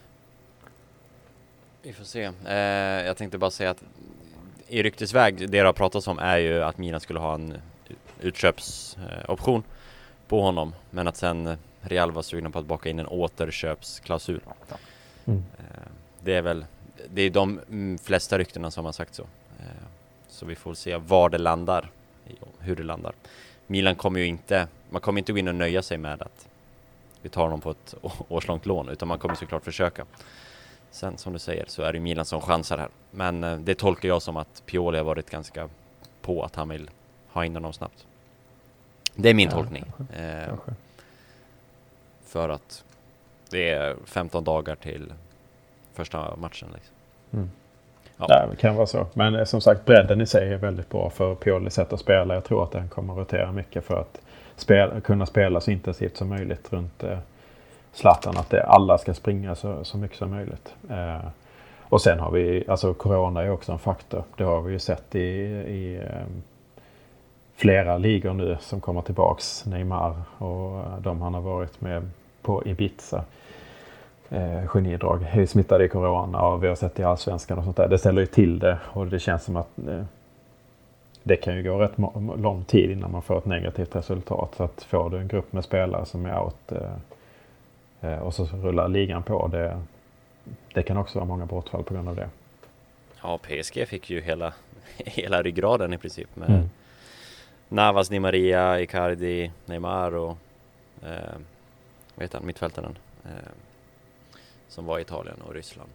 Vi får se. Uh, jag tänkte bara säga att i ryktesväg, det det har pratats om är ju att Milan skulle ha en utköpsoption på honom, men att sen Real var sugna på att baka in en återköpsklausul. Mm. Det är väl det är de flesta ryktena som har sagt så. Så vi får se var det landar, hur det landar. Milan kommer ju inte, man kommer inte gå in och nöja sig med att vi tar honom på ett årslångt lån, utan man kommer såklart försöka. Sen som du säger så är det Milan som chansar här. Men det tolkar jag som att Pioli har varit ganska på att han vill ha in honom snabbt. Det är min ja, tolkning. Kanske, eh, kanske. För att det är femton dagar till första matchen. Liksom. Mm. Ja. Ja, det kan vara så. Men eh, som sagt, bredden i sig är väldigt bra för Pioli sätt att spela. Jag tror att den kommer att rotera mycket för att spela, kunna spela så intensivt som möjligt runt eh, Zlatan. Att det, alla ska springa så, så mycket som möjligt. Eh, och sen har vi, alltså corona är också en faktor. Det har vi ju sett i... i eh, flera ligor nu som kommer tillbaks, Neymar och de han har varit med på Ibiza. Eh, genidrag, är smittade i corona och vi har sett i Allsvenskan och sånt där. Det ställer ju till det och det känns som att eh, det kan ju gå rätt må- lång tid innan man får ett negativt resultat. Så att får du en grupp med spelare som är out eh, och så rullar ligan på, det, det kan också vara många bortfall på grund av det. Ja, P S G fick ju hela, hela ryggraden i princip med mm. Navas, Di Maria, Icardi, Neymar och eh, vad heter han, mittfältaren eh, som var i Italien och Ryssland.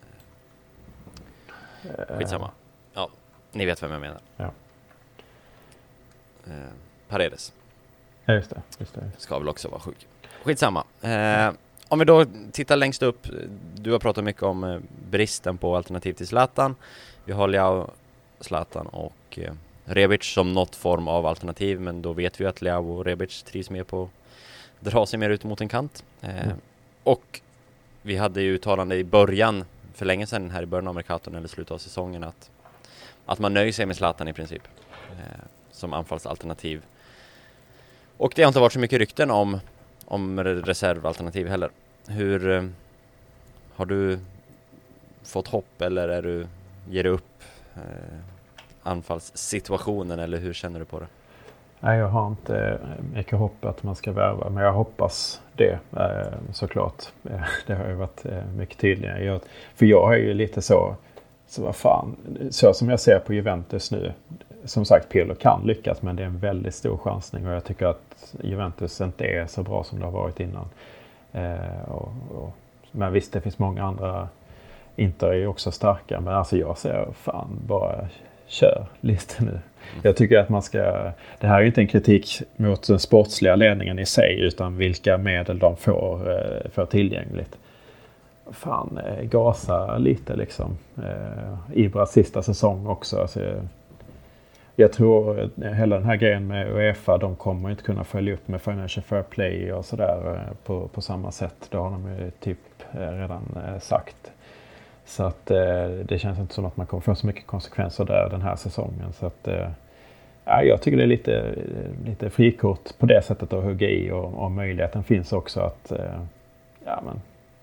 Eh, skitsamma. Ja, ni vet vem jag menar. Ja. Eh, Paredes. Ja, just det, just det. Ska väl också vara sjuk. Skitsamma. Eh, om vi då tittar längst upp. Du har pratat mycket om eh, bristen på alternativ till Zlatan. Vi har Leao, Zlatan och eh, Rebic som något form av alternativ, men då vet vi att Leao och Rebic trivs mer på att dra sig mer ut mot en kant. Eh, mm. Och vi hade ju uttalande i början, för länge sedan här i början av Mercaton eller slutet av säsongen, att, att man nöjer sig med Zlatan i princip eh, som anfallsalternativ. Och det har inte varit så mycket rykten om, om reservalternativ heller. Hur eh, har du fått hopp eller är du, ger du upp eh, anfallssituationen, eller hur känner du på det? Nej, jag har inte mycket hopp att man ska värva, men jag hoppas det såklart. Det har ju varit mycket tydligare. Jag, för jag är ju lite så, så vad fan, så som jag ser på Juventus nu. Som sagt, Pirlo kan lyckas, men det är en väldigt stor chansning och jag tycker att Juventus inte är så bra som det har varit innan. Eh, och, och, men visst, det finns många andra. Inter är ju också starka, men alltså jag ser fan bara kör lite nu. Jag tycker att man ska, det här är ju inte en kritik mot den sportsliga ledningen i sig, utan vilka medel de får för tillgängligt. Fan, gasa lite liksom. Ibras sista säsong också. Alltså, jag tror hela den här grejen med UEFA, de kommer inte kunna följa upp med Financial Fair Play och sådär på, på samma sätt. Det har de ju typ redan sagt. Så att eh, det känns inte som att man kommer få så mycket konsekvenser där den här säsongen. Så att eh, ja, jag tycker det är lite, lite frikort på det sättet att hugga i. Och, och möjligheten finns också att eh, ja, men,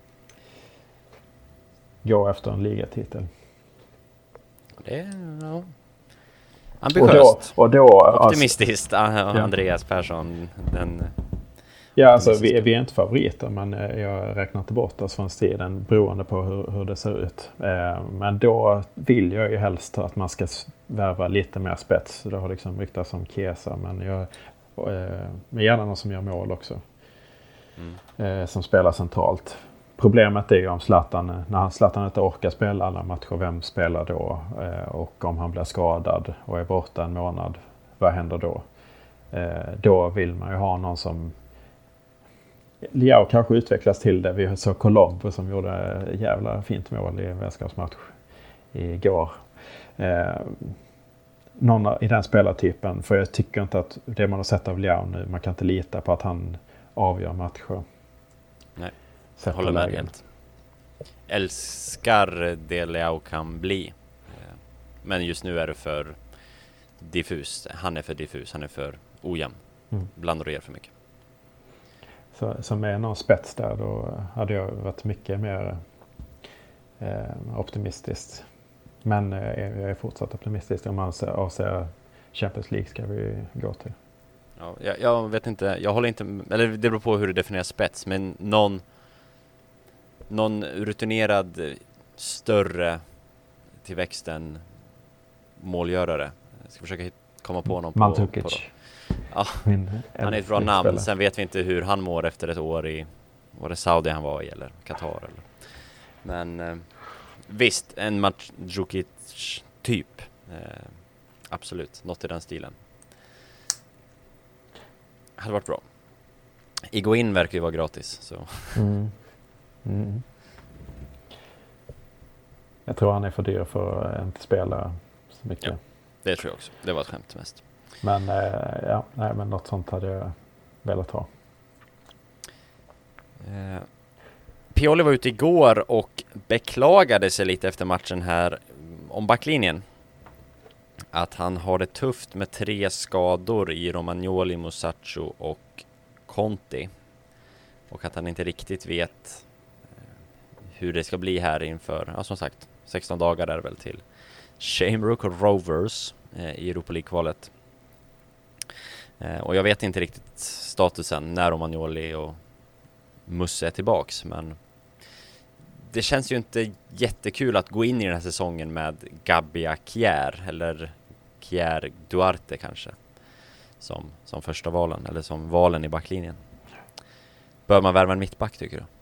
gå efter en ligatitel. Det är ja. ambitiöst. Och då, och då, optimistiskt, alltså, Andreas ja. Persson. Den, ja, alltså vi, vi är inte favoriter, men jag räknar inte bort oss från striden beroende på hur, hur det ser ut. Eh, men då vill jag ju helst att man ska värva lite mer spets. Det har liksom ryktats om Chiesa, men jag eh, men gärna någon som gör mål också. Mm. Eh, som spelar centralt. Problemet är ju om Zlatan, när Zlatan inte orkar spela alla matcher, vem spelar då? Eh, och om han blir skadad och är borta en månad, vad händer då? Eh, då vill man ju ha någon som Leao kanske utvecklas till det. Vi såg Colombo som gjorde jävla fint mål i vänskapsmatch igår. Eh, någon i den spelartypen, för jag tycker inte att det man har sett av Leao nu, man kan inte lita på att han avgör matcher. Nej, jag håller med helt. Älskar det Leao kan bli. Men just nu är det för diffus. Han är för diffus, han är för ojämn. Mm. Blandar och ger för mycket. Så, så med någon spets där, då hade jag varit mycket mer eh, optimistisk. Men eh, jag är fortsatt optimistisk om man avser Champions League ska vi gå till. Ja, jag, jag vet inte, jag håller inte, eller det beror på hur du definierar spets, men någon någon rutinerad större till växten målgörare. Jag ska försöka hit, komma på någon på, Mandzukic. på Ja, han är ett bra namn. Sen vet vi inte hur han mår efter ett år i, var det Saudi han var i eller Qatar eller. Men eh, visst, en Mandzukic typ. Eh, absolut, något i den stilen. Hade varit bra. Higuain verkar ju vara gratis. Så. Mm. Mm. Jag tror han är för dyr för att inte spela så mycket. Ja, det tror jag också. Det var ett skämt mest. Men eh, ja, nej, men något sånt hade jag velat ha. Eh, Pioli var ute igår och beklagade sig lite efter matchen här om backlinjen. Att han har det tufft med tre skador i Romagnoli, Musacchio och Conti. Och att han inte riktigt vet hur det ska bli här inför, ja, som sagt, sexton dagar är det väl till Shamrock och Rovers eh, i Europa League-kvalet. Eh, och jag vet inte riktigt statusen när Romagnoli och Musse är tillbaks, men det känns ju inte jättekul att gå in i den här säsongen med Gabbia Kjär eller Kjär Duarte kanske som, som första valen eller som valen i backlinjen. Bör man värva en mittback, tycker du?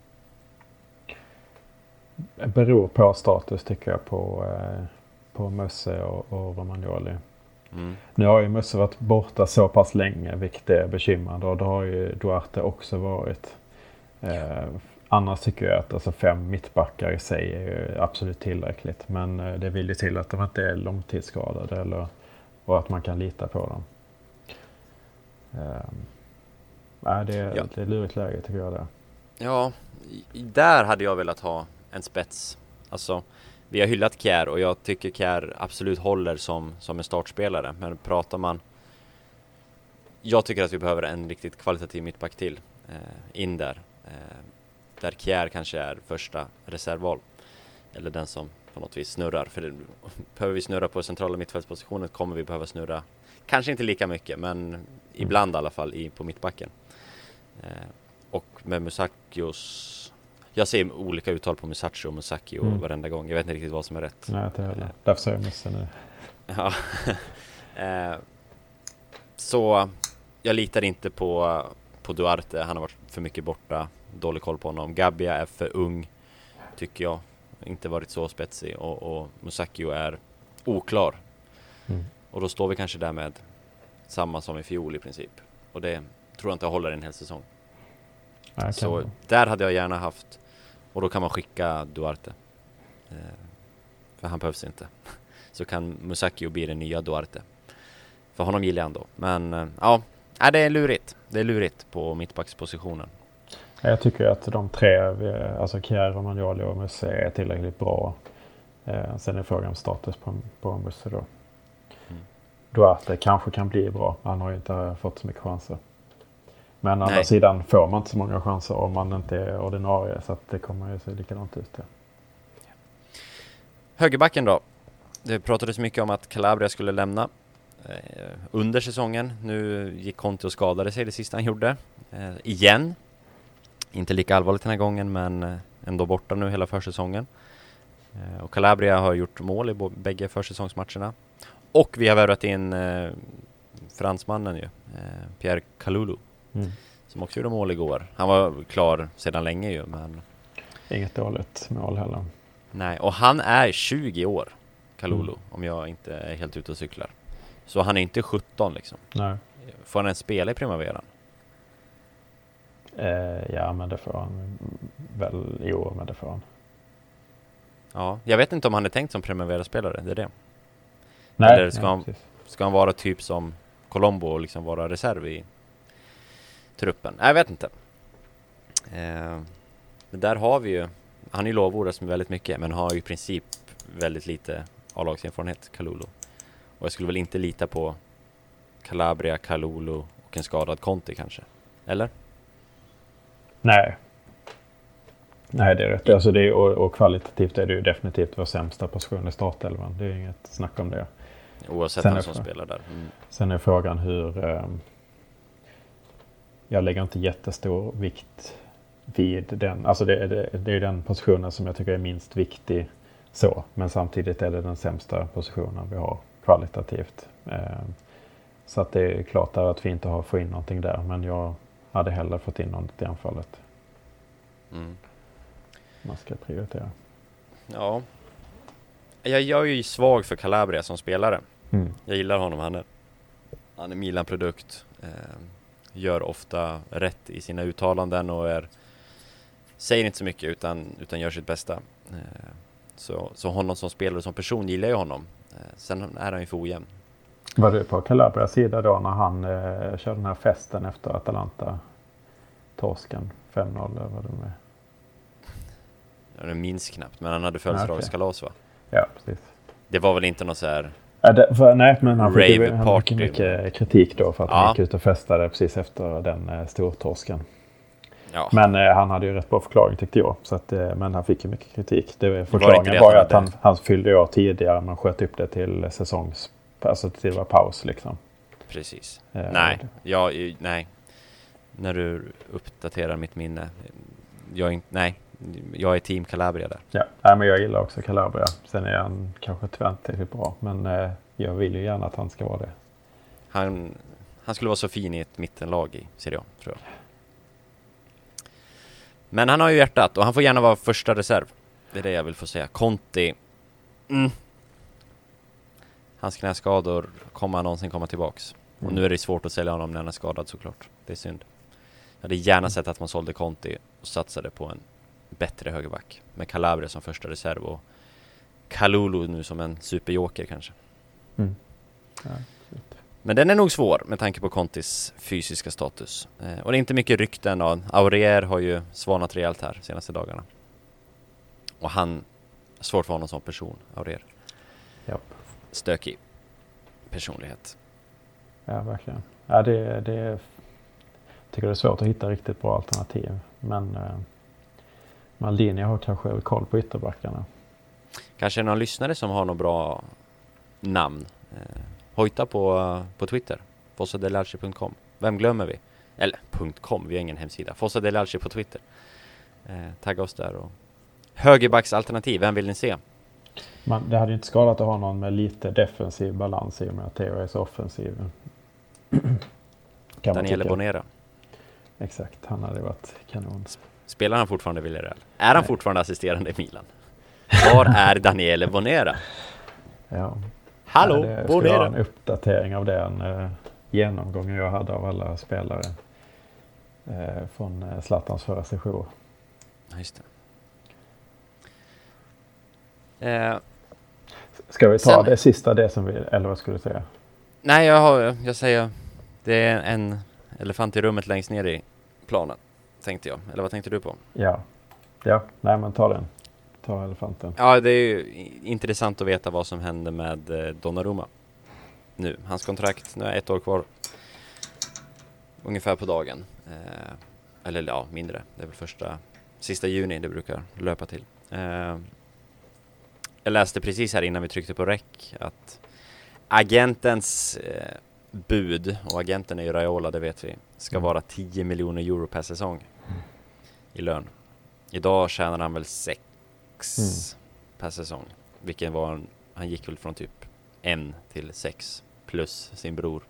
Det beror på status, tycker jag, på, eh, på Musse och, och Romagnoli. Mm. Nu har ju Musse varit borta så pass länge, vilket är bekymrande, och det har ju Duarte också varit. Eh, annars tycker jag att alltså, fem mittbackar i sig är absolut tillräckligt, men eh, det vill ju till att de inte är långtidsskadade eller, och att man kan lita på dem. Eh, nej, det, ja. det är lurigt läge, tycker jag det. Ja, där hade jag velat ha en spets. Alltså, vi har hyllat Kjär och jag tycker Kjär absolut håller som, som en startspelare. Men pratar man... Jag tycker att vi behöver en riktigt kvalitativ mittback till eh, in där. Eh, där Kjär kanske är första reservval. Eller den som på något vis snurrar. För det, behöver vi snurra på centrala mittfältspositionen kommer vi behöva snurra. Kanske inte lika mycket, men mm. ibland i alla fall i, på mittbacken. Eh, och med Musacchios... Jag ser olika uttal på Musacchio och Musacchio mm. varenda gång. Jag vet inte riktigt vad som är rätt. Nej, inte heller. Eh. Därför säger jag Musse nu. Ja. eh, så jag litar inte på, på Duarte. Han har varit för mycket borta. Dålig koll på honom. Gabbia är för ung, tycker jag. Inte varit så spetsig. Och, och Musacchio är oklar. Mm. Och då står vi kanske där med samma som i fjol i princip. Och det tror jag inte håller en hel säsong. Nej, så där hade jag gärna haft. Och då kan man skicka Duarte. Eh, för han behövs inte. Så kan Musacchio bli den nya Duarte. För honom gillar jag ändå. Men eh, ja, det är lurigt. Det är lurigt på mittbackspositionen. Jag tycker att de tre, alltså Kjär, Romagnoli och Musse, är tillräckligt bra. Eh, sen är frågan om status på, på Musse då. Mm. Duarte kanske kan bli bra. Han har ju inte fått så mycket chanser. Men å andra sidan får man inte så många chanser om man inte är ordinarie. Så att det kommer ju se likadant ut. Ja. Högerbacken då. Det pratades mycket om att Calabria skulle lämna eh, under säsongen. Nu gick Conte och skadade sig det sista han gjorde. Eh, igen. Inte lika allvarligt den här gången, men ändå borta nu hela försäsongen. Eh, och Calabria har gjort mål i b- bägge försäsongsmatcherna. Och vi har värvat in eh, fransmannen ju, eh, Pierre Kalulu. Mm. Som också gjorde mål igår. Han var klar sedan länge ju, men... Inget dåligt mål heller. Nej, och han är tjugo år, Kalulu, mm. om jag inte är helt ute och cyklar. Så han är inte sjutton liksom. Nej. Får han en spela i Primaveran? Eh, ja, men det får han väl i år, men det får han. Ja, jag vet inte om han är tänkt som Primavera-spelare, det är det. Nej, Eller ska, nej, han, ska han vara typ som Colombo och liksom vara reserv i truppen? Jag vet inte. Eh, men där har vi ju, han är ju lovordas med väldigt mycket, men har ju i princip väldigt lite A-lagserfarenhet, Kalulu. Och jag skulle väl inte lita på Calabria, Kalulu och en skadad Conte kanske. Eller? Nej. Nej, det är rätt. Alltså det är, och, och kvalitativt är det ju definitivt vår sämsta position i startelvan. Det är inget snack om det. Oavsett vem som spelar där. Mm. Sen är frågan hur... Eh, jag lägger inte jättestor vikt vid den. Alltså det, det, det är den positionen som jag tycker är minst viktig så. Men samtidigt är det den sämsta positionen vi har kvalitativt. Eh, så att det är klart där att vi inte har fått in någonting där. Men jag hade hellre fått in något i anfallet. Mm. Man ska prioritera. Ja. Jag, jag är ju svag för Calabria som spelare. Mm. Jag gillar honom. Han är, han är Milan-produkt. Eh, gör ofta rätt i sina uttalanden och är, säger inte så mycket utan, utan gör sitt bästa. Eh, så, så honom som spelare som person gillar jag honom. Eh, sen är han ju för ojämn. Var du på Calabrias sida då när han eh, körde den här festen efter Atalanta torsken fem noll eller vad det med? Jag minns knappt, men han hade födelsedagskalas, va? Ja, precis. Det var väl inte något så här... Ja, det, för, nej, men han fick, rave han party. fick mycket kritik då för att ja. han gick ut och festade precis efter den eh, stortorsken. Ja. Men eh, han hade ju rätt bra förklaring tyckte jag. Så att, eh, men han fick ju mycket kritik. Det, förklaringen var, det var ju att han, han fyllde år tidigare men sköt upp det till säsongs... Alltså till det var paus liksom. Precis. Eh, nej, jag, nej. När du uppdaterar mitt minne. Jag är, nej, jag är team Calabria där. Ja, nej, men jag gillar också Calabria. Sen är han kanske tvärtillräckligt bra. Men eh, jag vill ju gärna att han ska vara det. Han, han skulle vara så fin i ett mittenlag i Serie A, tror jag. Men han har ju hjärtat och han får gärna vara första reserv. Det är det jag vill få säga. Conte. Mm. Hans knäskador, kommer han någonsin komma tillbaks? Mm. Och nu är det svårt att sälja honom när han är skadad såklart. Det är synd. Jag hade gärna sett att man sålde Conte och satsade på en bättre högerback. Med Calabria som första reserv och Kalulu nu som en superjoker kanske. Mm. Ja, men den är nog svår med tanke på Contis fysiska status. Eh, och det är inte mycket rykten. Och Aurier har ju svanat rejält här senaste dagarna. Och han, svårt för honom som person, Aurier. Ja. Stökig personlighet. Ja, verkligen. Ja, det, det är, jag tycker det är svårt att hitta riktigt bra alternativ. Men eh, Maldini har kanske koll på ytterbackarna. Kanske någon lyssnare som har något bra namn. Eh, hojta på, på Twitter. fossadelalci punkt com. Vem glömmer vi? Eller .com, vi har ingen hemsida. Fossadelalci på Twitter. Eh, tagga oss där. Och högerbacksalternativ, vem vill ni se? Man, det hade inte skadat att ha någon med lite defensiv balans i och med att Theo är så offensiv. Daniele Bonera. Exakt, han hade varit kanon. Spelar han fortfarande Villarreal? Är han Nej. fortfarande assisterande i Milan? Var är Daniele Bonera? Ja. Hallå, ja, det Bonera! Det en uppdatering av den eh, genomgången jag hade av alla spelare eh, från eh, Zlatans förra session. Just det. Eh, Ska vi ta sen, det sista, det som vi, eller vad skulle du säga? Nej, jag, har, jag säger det är en elefant i rummet längst ner i planen, tänkte jag. Eller vad tänkte du på? Ja, ja, nej men ta den. ta elefanten. Ja, det är ju intressant att veta vad som händer med eh, Donnarumma nu. Hans kontrakt, nu är ett år kvar. Ungefär på dagen. Eh, eller ja, mindre. Det är väl första, sista juni det brukar löpa till. Eh, jag läste precis här innan vi tryckte på rec att agentens eh, bud, och agenten är ju Raiola, det vet vi, ska Mm. vara tio miljoner euro per säsong i lön. Idag tjänar han väl sex Mm. per säsong. Vilken var en, han gick väl från typ en till sex plus sin bror.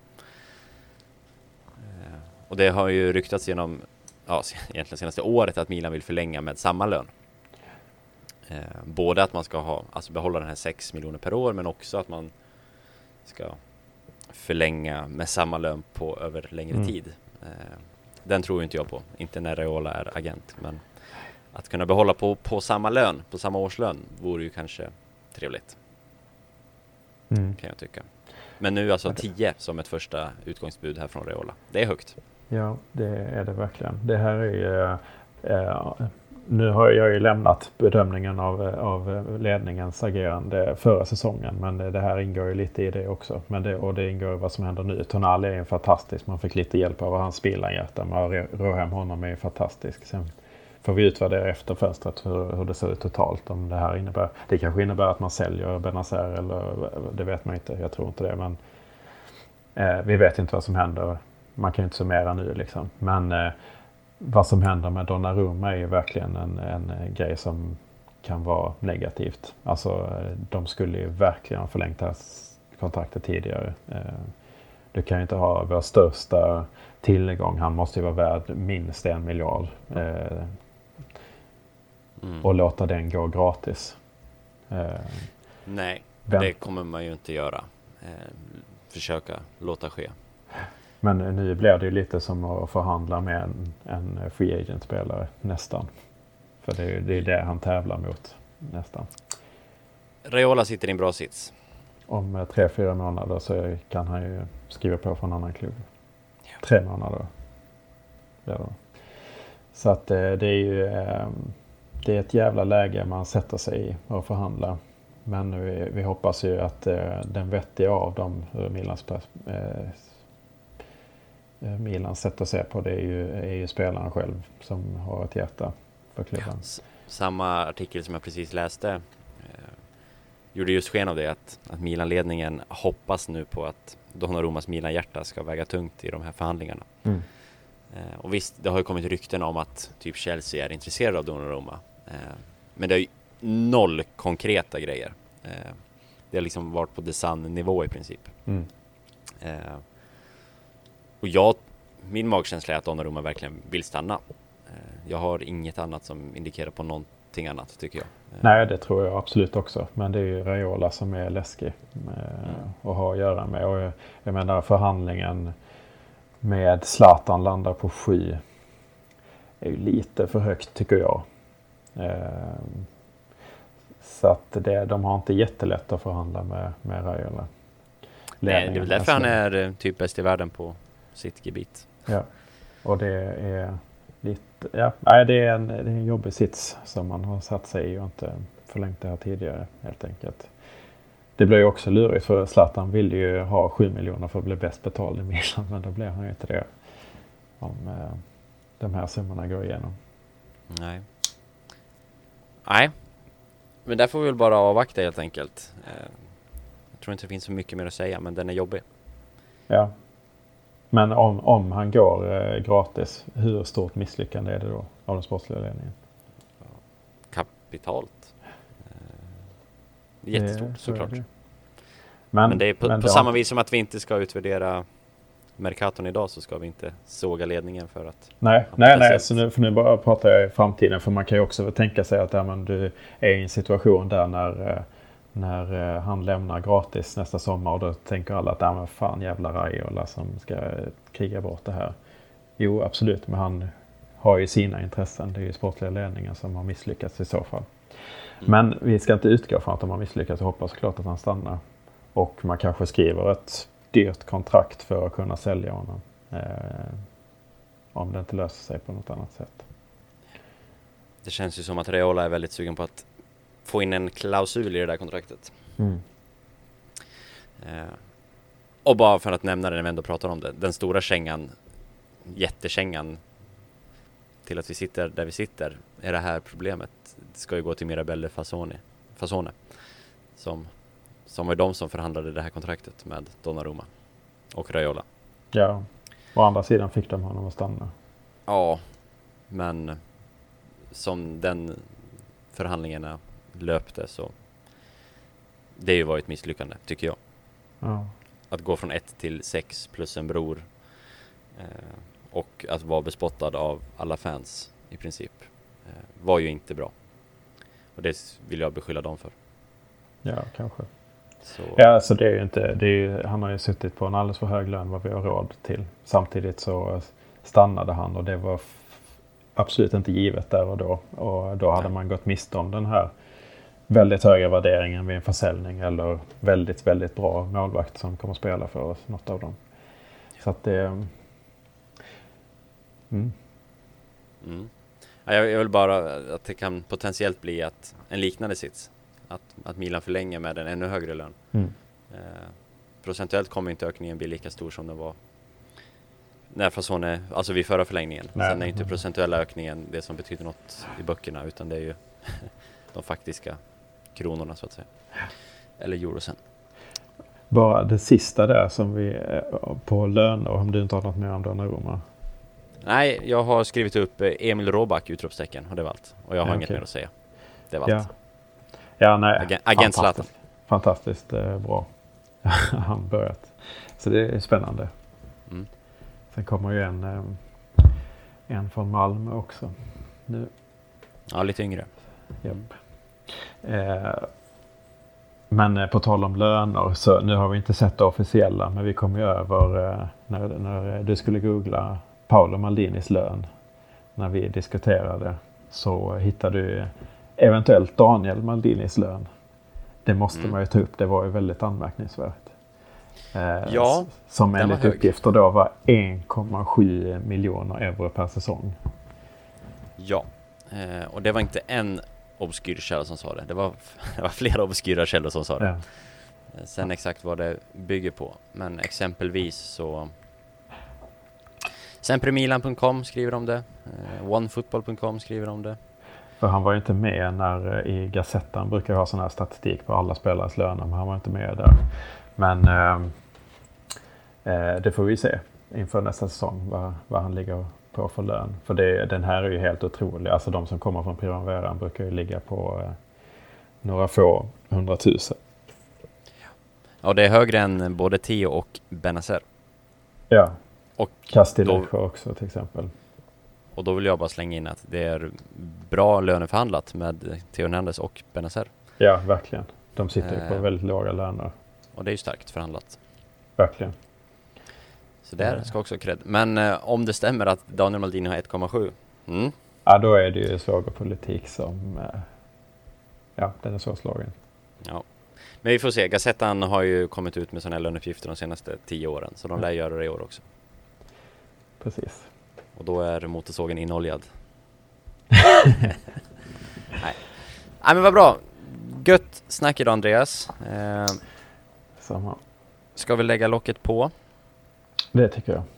Eh, och det har ju ryktats genom, ja, egentligen senaste året att Milan vill förlänga med samma lön. Eh, både att man ska ha, alltså behålla den här sex miljoner per år, men också att man ska förlänga med samma lön på över längre Mm. tid. Eh, den tror inte jag på, inte när Raiola är agent, men att kunna behålla på, på samma lön, på samma årslön, vore ju kanske trevligt, Mm. kan jag tycka. Men nu alltså tio som ett första utgångsbud här från Raiola. Det är högt. Ja, det är det verkligen. Det här är ju, eh, nu har jag ju lämnat bedömningen av, av ledningens agerande förra säsongen, men det, det här ingår ju lite i det också. Men det, och det ingår i vad som händer nu. Tonali är ju fantastisk. Man fick lite hjälp av hans spelarhjärta. Man rör hem honom är ju fantastisk. Sen får vi utvärdera efter fönstret hur, hur det ser ut totalt. Om det här innebär, det kanske innebär att man säljer Benazer, eller det vet man inte. Jag tror inte det, men eh, vi vet inte vad som händer. Man kan ju inte summera nu liksom. Men eh, vad som händer med Donnarumma är ju verkligen en, en grej som kan vara negativt. Alltså eh, de skulle ju verkligen ha förlängt det här kontraktet tidigare. Eh, du kan ju inte ha vår största tillgång. Han måste ju vara värd minst en miljard. Eh, Mm. och låta den gå gratis. Eh, Nej, vem- det kommer man ju inte göra. Eh, försöka låta ske. Men nu blir det ju lite som att förhandla med en, en free agent-spelare nästan. För det är ju det, är det han tävlar mot nästan. Raiola sitter i en bra sits. Om eh, tre, fyra månader så kan han ju skriva på för en annan klubb. Tre månader. Ja. Så att eh, det är ju eh, det är ett jävla läge man sätter sig i och förhandla. Men vi, vi hoppas ju att eh, den vettiga av dem, hur Milans, eh, Milans sätt att se på det är ju, är ju spelaren själv som har ett hjärta för klubben. S- samma artikel som jag precis läste eh, gjorde just sken av det, att, att Milan-ledningen hoppas nu på att Donnarummas Milan-hjärta ska väga tungt i de här förhandlingarna. Mm. Eh, och visst, det har ju kommit rykten om att typ Chelsea är intresserad av Donnarumma. Eh, men det är ju noll konkreta grejer. Eh, det har liksom varit på design-nivå i princip. Mm. Eh, och jag, min magkänsla är att Donnarumma verkligen vill stanna. Eh, jag har inget annat som indikerar på någonting annat, tycker jag. Eh, Nej, det tror jag absolut också. Men det är ju Raiola som är läskig eh, Mm. att ha att göra med. Och jag, jag menar förhandlingen med Zlatan landar på sju är ju lite för högt tycker jag. Eh, så att det, de har inte jättelätt att förhandla med, med Raiola. Nej, det är väl därför han är eh, typ bäst i världen på sitt gebit. Ja, och det är lite, ja, nej, det är en, det är en jobbig sits som man har satt sig i och inte förlängt det här tidigare helt enkelt. Det blir ju också lurigt för Zlatan vill ju ha sju miljoner för att bli bäst betald i Milan, men då blir han ju inte det om eh, de här summorna går igenom. Nej. Nej. Men där får vi väl bara avvakta helt enkelt. Eh, jag tror inte det finns så mycket mer att säga, men den är jobbig. Ja. Men om, om han går eh, gratis, hur stort misslyckande är det då av den sportsliga ledningen? Kapitalt. Eh, det är jättestort, Det- så är såklart. det. Men, Men, det är på, men på det har- samma vis som att vi inte ska utvärdera Mercaton idag, så ska vi inte såga ledningen för att... Nej, Ja, nej, nej. precis. Så nu, för nu bara pratar jag i framtiden. För man kan ju också tänka sig att ja, men du är i en situation där när, eh, när eh, han lämnar gratis nästa sommar. Och då tänker alla att ja, men fan jävla Raiola som ska eh, kriga bort det här. Jo, absolut. Men han har ju sina intressen. Det är ju sportliga ledningen som har misslyckats i så fall. Mm. Men vi ska inte utgå från att de har misslyckats. Jag hoppas såklart att han stannar. Och man kanske skriver ett dyrt kontrakt för att kunna sälja honom. Eh, om det inte löser sig på något annat sätt. Det känns ju som att Raiola är väldigt sugen på att få in en klausul i det där kontraktet. Mm. Eh, och bara för att nämna det när vi ändå pratar om det. Den stora kängan, jättekängan till att vi sitter där vi sitter, är det här problemet. Det ska ju gå till Mirabelle Fasone, Fasone som, som var de som förhandlade det här kontraktet med Donnarumma och Raiola. Ja, å andra sidan fick de honom att stanna. Ja, men som den förhandlingarna löpte så det ju var ett misslyckande, tycker jag. Ja. Att gå från ett till sex plus en bror eh, och att vara bespottad av alla fans i princip eh, var ju inte bra. Och det vill jag beskylla dem för. Ja, kanske. Så. Ja, alltså det är ju inte, det är ju, han har ju suttit på en alldeles för hög lön vad vi har råd till. Samtidigt så stannade han och det var f- absolut inte givet där och då. Och då hade man gått miste om den här väldigt höga värderingen vid en försäljning eller väldigt, väldigt bra målvakt som kommer att spela för oss, något av dem. Så att det... Mm. Mm. Ja, jag, jag vill bara att det kan potentiellt bli att en liknande sits. Att, att Milan förlänger med en ännu högre lön. Mm. Eh, procentuellt kommer inte ökningen bli lika stor som den var när Fasone, alltså vid förra förlängningen. Nej. Sen är inte procentuella ökningen det som betyder något i böckerna, utan det är ju de faktiska kronorna så att säga. Eller eurosen. Bara det sista där som vi på löner, om du inte har något mer om Donnarumma. Nej, jag har skrivit upp Emil Råback utropstecken och det var allt. Och jag har Ja, inget okej. mer att säga. Det var Ja. allt. Ja, nej. Agen- Agent Zlatan. Fantastiskt, fantastiskt eh, bra. Han börjat. Så det är spännande. Mm. Sen kommer ju en, eh, en från Malmö också. Nu. Ja, lite yngre. Japp. Eh, men eh, på tal om löner, så nu har vi inte sett det officiella, men vi kom ju över eh, när, när du skulle googla Paolo Maldinis lön. När vi diskuterade så hittade du eventuellt Daniel Maldinis lön. Det måste Mm. man ju ta upp, det var ju väldigt anmärkningsvärt. Eh, Ja, s- som den var enligt hög. uppgifter då var en komma sju miljoner euro per säsong. Ja, eh, och det var inte en obskyr källa som sa det. Det var, det var flera obskyra källor som sa det. Ja. Eh, Sen exakt vad det bygger på. Men exempelvis så... Sempremilan punkt com skriver om det. Eh, Onefootball punkt com skriver om det. För han var ju inte med när i Gazettan brukar ha sån här statistik på alla spelares löner, men han var inte med där. Men eh, eh, det får vi se inför nästa säsong vad, vad han ligger på för lön. För det, den här är ju helt otrolig. Alltså de som kommer från Primavera brukar ju ligga på eh, några få hundratusen. Ja, det är högre än både Theo och Benazer. Ja, Och Castillejo också till exempel. Och då vill jag bara slänga in att det är bra löneförhandlat med Theo Hernandez och Benazer. Ja, verkligen. De sitter ju på Eh. väldigt låga löner. Och det är ju starkt förhandlat. Verkligen. Så där Eh. ska också cred. Men eh, om det stämmer att Daniel Maldini har ett komma sju. Mm. Ja, då är det ju svågerpolitik som... Eh, ja, den är så slagen. Ja. Men vi får se. Gazettan har ju kommit ut med sådana här löneuppgifter de senaste tio åren. Så de lär göra det i år också. Precis. Och då är motorsågen inoljad. Nej. Nej, men vad bra. Gött snack idag, Andreas. Eh, Samma. ska vi lägga locket på Det tycker jag.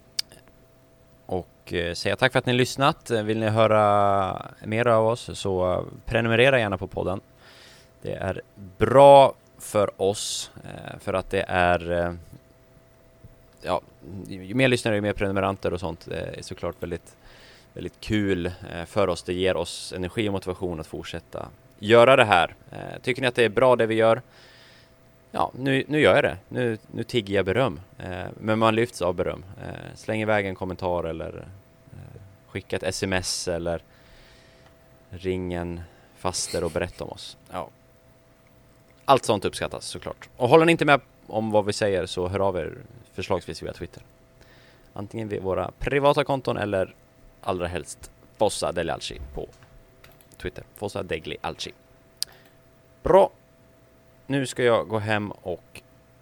och eh, säga tack för att ni har lyssnat. Eh, Vill ni höra mer av oss så eh, prenumerera gärna på podden. Det är bra för oss eh, för att det är eh, ja, ju mer lyssnare ju mer prenumeranter och sånt. Det är såklart väldigt, väldigt kul eh, för oss. Det ger oss energi och motivation att fortsätta göra det här. Eh, tycker ni att det är bra det vi gör? Ja, nu, nu gör jag det. Nu, nu tigger jag beröm. Eh, men man lyfts av beröm. Eh, släng iväg en kommentar eller eh, skicka ett sms eller ring en faster och berätta om oss. Ja. Allt sånt uppskattas såklart. Och håller ni inte med om vad vi säger så hör av er förslagsvis via Twitter. Antingen via våra privata konton eller allra helst Fossa Degli Alci på Twitter. Fossa Degli Alci. Bra. Nu ska jag gå hem och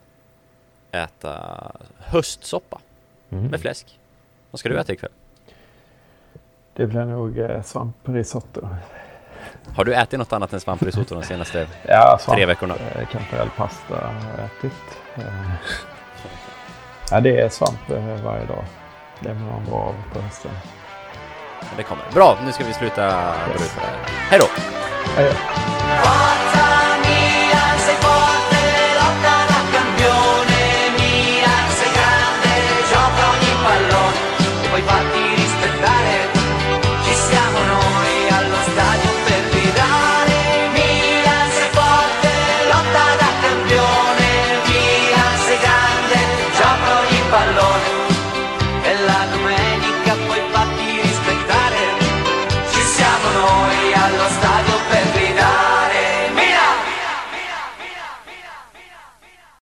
äta höstsoppa Mm. med fläsk. Vad ska du äta ikväll? Det blir nog eh, svamprisotto. Har du ätit något annat än svamp-risotto de senaste ja, svamp, tre veckorna? Eh, Kantarellpasta har jag ätit. Eh, ja, det är svamp eh, varje dag. Det mår man bra av på hösten. Det kommer. Bra, nu ska vi sluta. Yes. Hej då! Hej då! Forza Milan, sei forte, lotta da campione. Milan, sei grande, gioca ogni pallone e poi fatti rispettare. Ci siamo noi allo stadio per gridare. Milan, sei forte, lotta da campione. Milan, sei grande, gioca ogni pallone e la domenica poi fatti rispettare. Ci siamo noi allo stadio per